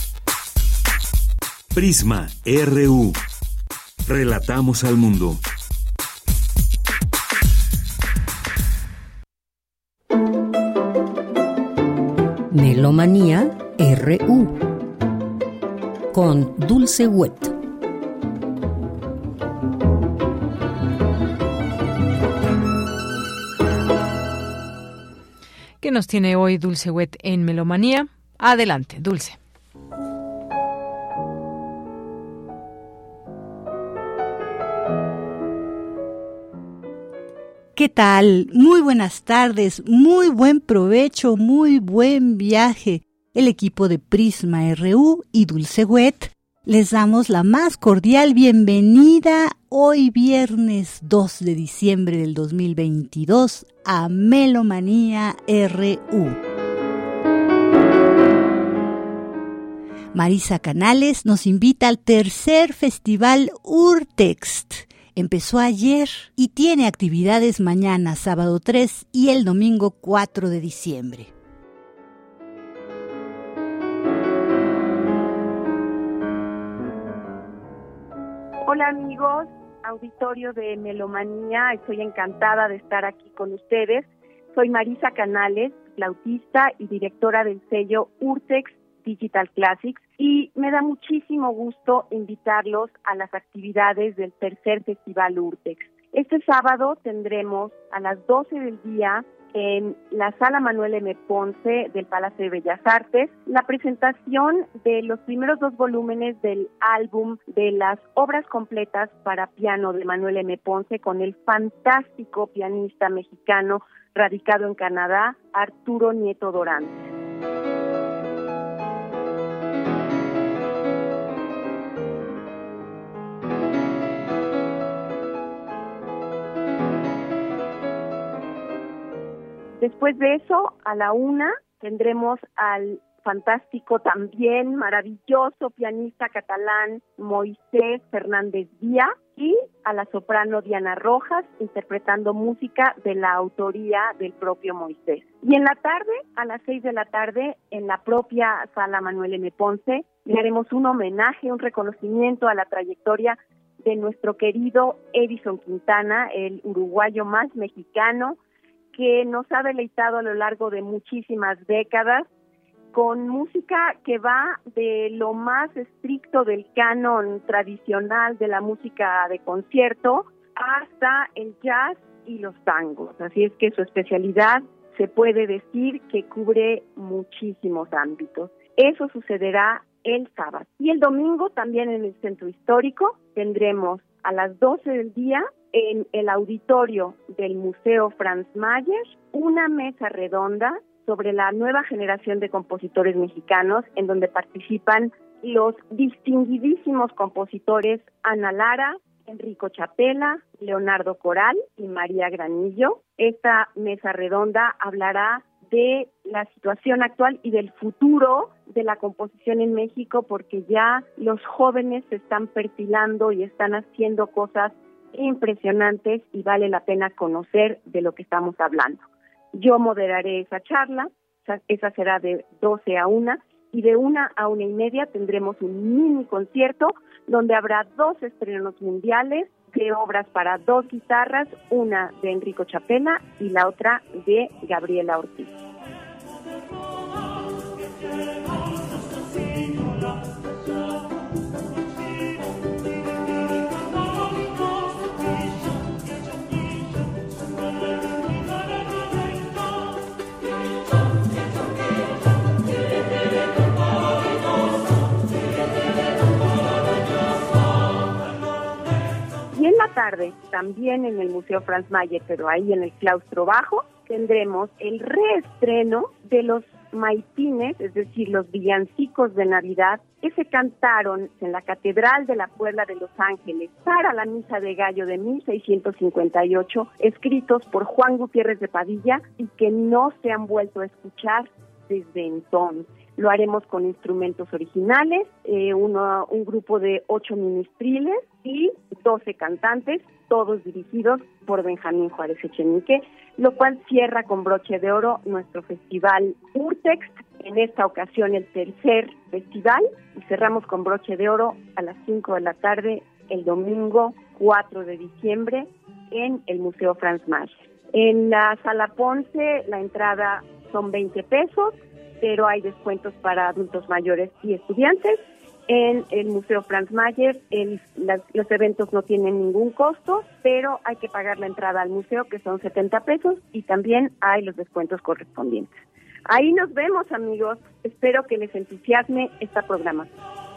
Prisma RU. Relatamos al mundo.
Melomanía RU con Dulce Wet.
¿Qué nos tiene hoy Dulce Wet en Melomanía? Adelante, Dulce.
¿Qué tal? Muy buenas tardes, muy buen provecho, muy buen viaje. El equipo de Prisma RU y Dulce Wet les damos la más cordial bienvenida hoy viernes 2 de diciembre del 2022 a Melomanía RU. Marisa Canales nos invita al tercer festival Urtext. Empezó ayer y tiene actividades mañana, sábado 3 y el domingo 4 de diciembre.
Hola amigos, auditorio de Melomanía, estoy encantada de estar aquí con ustedes. Soy Marisa Canales, flautista y directora del sello Urtext Digital Classics, y me da muchísimo gusto invitarlos a las actividades del tercer Festival Urtext. Este sábado tendremos a las 12 del día en la Sala Manuel M. Ponce del Palacio de Bellas Artes la presentación de los primeros 2 volúmenes del álbum de las obras completas para piano de Manuel M. Ponce con el fantástico pianista mexicano radicado en Canadá, Arturo Nieto Dorantes. Después de eso, a la 1, tendremos al fantástico, también maravilloso pianista catalán Moisés Fernández Díaz y a la soprano Diana Rojas interpretando música de la autoría del propio Moisés. Y en la tarde, a las 6 de la tarde, en la propia Sala Manuel M. Ponce, le haremos un homenaje, un reconocimiento a la trayectoria de nuestro querido Edison Quintana, el uruguayo más mexicano, que nos ha deleitado a lo largo de muchísimas décadas con música que va de lo más estricto del canon tradicional de la música de concierto hasta el jazz y los tangos. Así es que su especialidad se puede decir que cubre muchísimos ámbitos. Eso sucederá el sábado. Y el domingo también en el Centro Histórico tendremos a las 12 del día en el auditorio del Museo Franz Mayer una mesa redonda sobre la nueva generación de compositores mexicanos, en donde participan los distinguidísimos compositores Ana Lara, Enrico Chapela, Leonardo Coral y María Granillo. Esta mesa redonda hablará de la situación actual y del futuro de la composición en México, porque ya los jóvenes se están perfilando y están haciendo cosas impresionantes y vale la pena conocer de lo que estamos hablando. Yo moderaré esa charla, esa será de 12 a 1, y de 1 a 1:30 tendremos un mini concierto donde habrá 2 estrenos mundiales de obras para 2 guitarras, una de Enrico Chapela y la otra de Gabriela Ortiz. tarde, también en el Museo Franz Mayer, pero ahí en el claustro bajo, tendremos el reestreno de los maitines, es decir, los villancicos de Navidad que se cantaron en la Catedral de la Puebla de Los Ángeles para la Misa de Gallo de 1658, escritos por Juan Gutiérrez de Padilla y que no se han vuelto a escuchar desde entonces. Lo haremos con instrumentos originales, un grupo de 8 ministriles y 12 cantantes, todos dirigidos por Benjamín Juárez Echenique, lo cual cierra con broche de oro nuestro festival Urtext, en esta ocasión el tercer festival, y cerramos con broche de oro a las 5 de la tarde el domingo 4 de diciembre en el Museo Franz Mayer. En la Sala Ponce la entrada son 20 pesos, pero hay descuentos para adultos mayores y estudiantes. En el Museo Franz Mayer los eventos no tienen ningún costo, pero hay que pagar la entrada al museo, que son 70 pesos, y también hay los descuentos correspondientes. Ahí nos vemos, amigos. Espero que les entusiasme esta programación.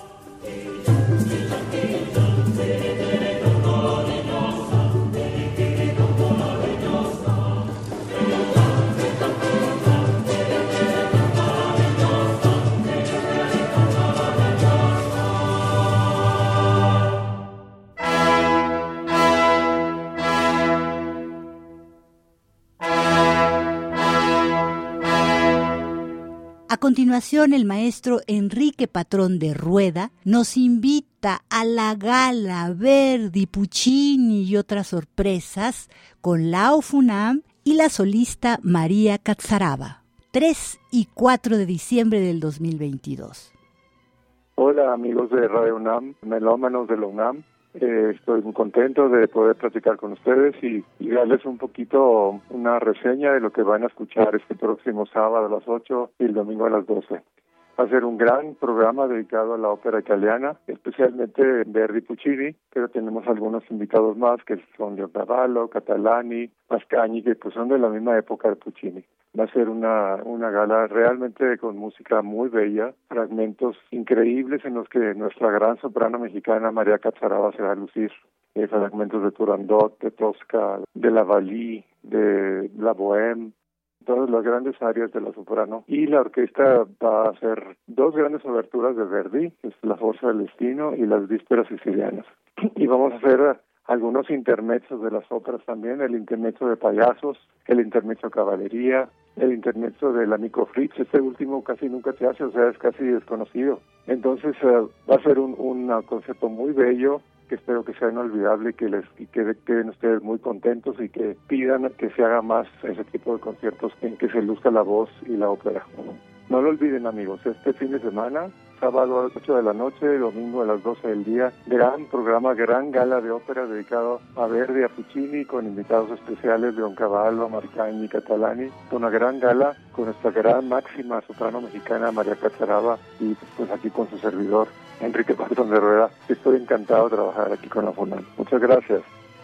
A continuación, el maestro Enrique Patrón de Rueda nos invita a la gala Verdi, Puccini y otras sorpresas con la UFUNAM y la solista María Catzaraba, 3 y 4 de diciembre del 2022.
Hola amigos de Radio UNAM, melómanos de la UNAM. Estoy muy contento de poder platicar con ustedes y darles un poquito una reseña de lo que van a escuchar este próximo sábado a las 8 y el domingo a las 12. Va a ser un gran programa dedicado a la ópera italiana, especialmente Verdi, Puccini, pero tenemos algunos invitados más que son Leoncavallo, Catalani, Mascagni, que pues son de la misma época de Puccini. Va a ser una gala realmente con música muy bella, fragmentos increíbles en los que nuestra gran soprano mexicana María Catzaraba se va a lucir. Fragmentos de Turandot, de Tosca, de la Valli, de la Bohème, todas las grandes áreas de la soprano. Y la orquesta va a hacer 2 grandes oberturas de Verdi, que es La Forza del Destino y Las Vísperas Sicilianas. Y vamos a hacer algunos intermezzos de las óperas también, el intermezzo de Payasos, el intermezzo Caballería, el intermezzo del Amico Fritz. Este último casi nunca se hace, o sea, es casi desconocido. Entonces va a ser un concierto muy bello, que espero que sea inolvidable y que queden ustedes muy contentos y que pidan que se haga más ese tipo de conciertos en que se luzca la voz y la ópera. No lo olviden, amigos, este fin de semana, sábado a las 8 de la noche, domingo a las 12 del día, gran programa, gran gala de ópera dedicado a Verdi, a Puccini, con invitados especiales de Leoncavallo, Mascagni, Catalani, una gran gala con nuestra gran máxima soprano mexicana María Catzaraba y pues aquí con su servidor Enrique Patrón de Rueda. Estoy encantado de trabajar aquí con la FUNAM. Muchas gracias.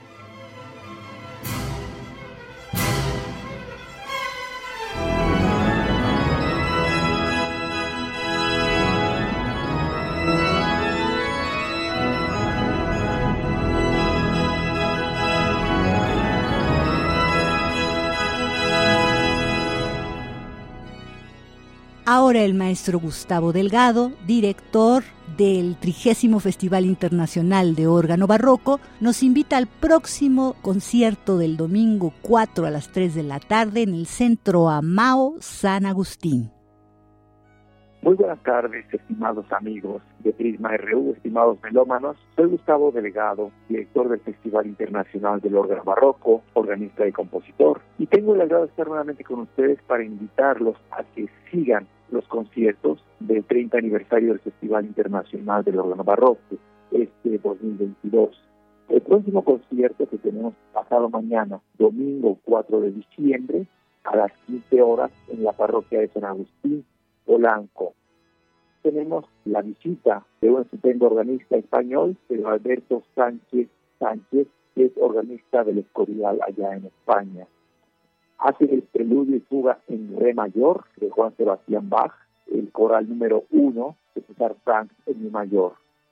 Ahora el maestro Gustavo Delgado, director del 30º Festival Internacional de Órgano Barroco, nos invita al próximo concierto del domingo 4 a las 3 de la tarde en el Centro Amao San Agustín.
Muy buenas tardes, estimados amigos de Prisma RU, estimados melómanos. Soy Gustavo Delgado, director del Festival Internacional del Órgano Barroco, organista y compositor, y tengo el agrado de estar nuevamente con ustedes para invitarlos a que sigan los conciertos del 30 aniversario del Festival Internacional del Órgano Barroco, este 2022. El próximo concierto que tenemos pasado mañana, domingo 4 de diciembre, a las 15 horas en la parroquia de San Agustín, Polanco. Tenemos la visita de un estupendo organista español, Pedro Alberto Sánchez, que es organista del Escorial allá en España. Hace el preludio y fuga en re mayor de Juan Sebastián Bach, el coral número 1 de César Franck en mi mayor.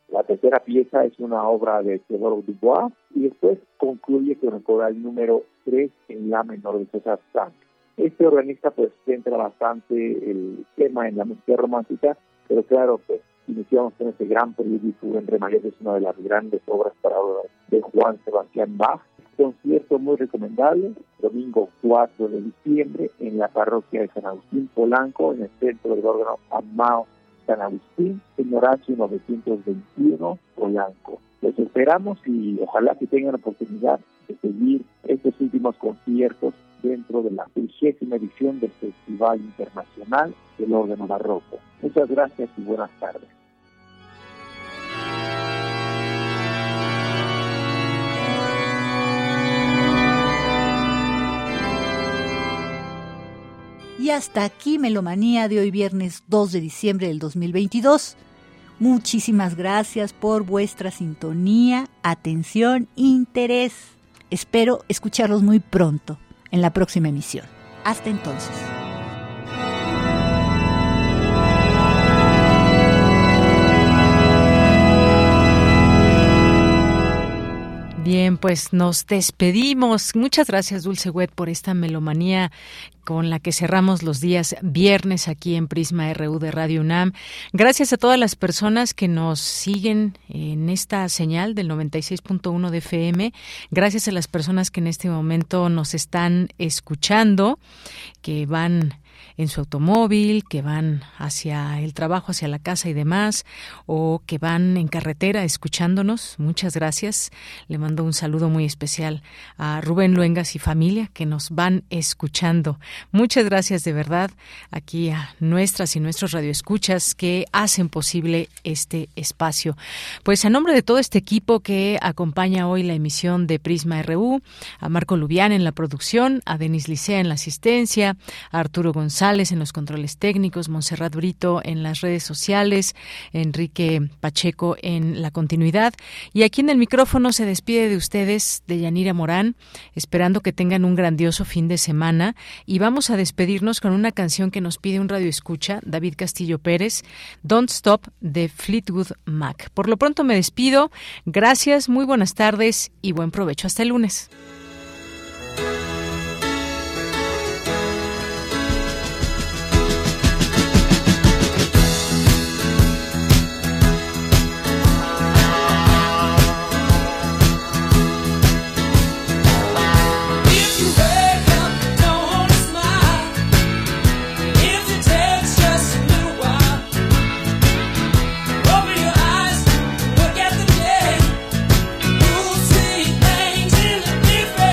La tercera pieza es una obra de Theodore Dubois y después concluye con el coral número 3 en la menor de César Franck. Este organista pues centra bastante el tema en la música romántica, pero claro, pues iniciamos con este gran periodo entre mayores, es una de las grandes obras para de Juan Sebastián Bach. Concierto muy recomendable, domingo 4 de diciembre en la parroquia de San Agustín Polanco, en el centro del órgano Amao San Agustín, en Horacio 921 Polanco. Los esperamos y ojalá que tengan la oportunidad de seguir estos últimos conciertos dentro de la 30ª edición del Festival Internacional del Órgano Barroco. Muchas gracias y buenas tardes.
Y hasta aquí Melomanía de hoy viernes 2 de diciembre del 2022. Muchísimas gracias por vuestra sintonía, atención, interés. Espero escucharlos muy pronto en la próxima emisión. Hasta entonces.
Bien, pues nos despedimos. Muchas gracias, Dulce Wet, por esta melomanía con la que cerramos los días viernes aquí en Prisma RU de Radio UNAM. Gracias a todas las personas que nos siguen en esta señal del 96.1 de FM. Gracias a las personas que en este momento nos están escuchando, que van en su automóvil, que van hacia el trabajo, hacia la casa y demás, o que van en carretera escuchándonos. Muchas gracias. Le mando un saludo muy especial a Rubén Luengas y familia que nos van escuchando. Muchas gracias de verdad aquí a nuestras y nuestros radioescuchas que hacen posible este espacio. Pues a nombre de todo este equipo que acompaña hoy la emisión de Prisma RU, a Marco Lubián en la producción, a Denis Licea en la asistencia, a Arturo González en los controles técnicos, Montserrat Brito en las redes sociales, Enrique Pacheco en la continuidad, y aquí en el micrófono se despide de ustedes Deyanira Morán, esperando que tengan un grandioso fin de semana, y vamos a despedirnos con una canción que nos pide un radioescucha, David Castillo Pérez, Don't Stop, de Fleetwood Mac. Por lo pronto me despido, gracias, muy buenas tardes y buen provecho hasta el lunes.
If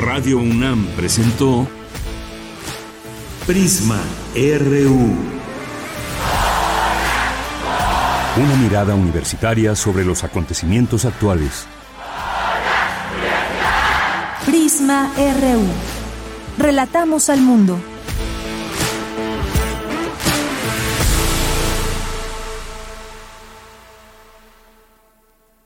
Radio UNAM presentó Prisma RU. Una mirada universitaria sobre los acontecimientos actuales.
Prisma RU. Relatamos al mundo.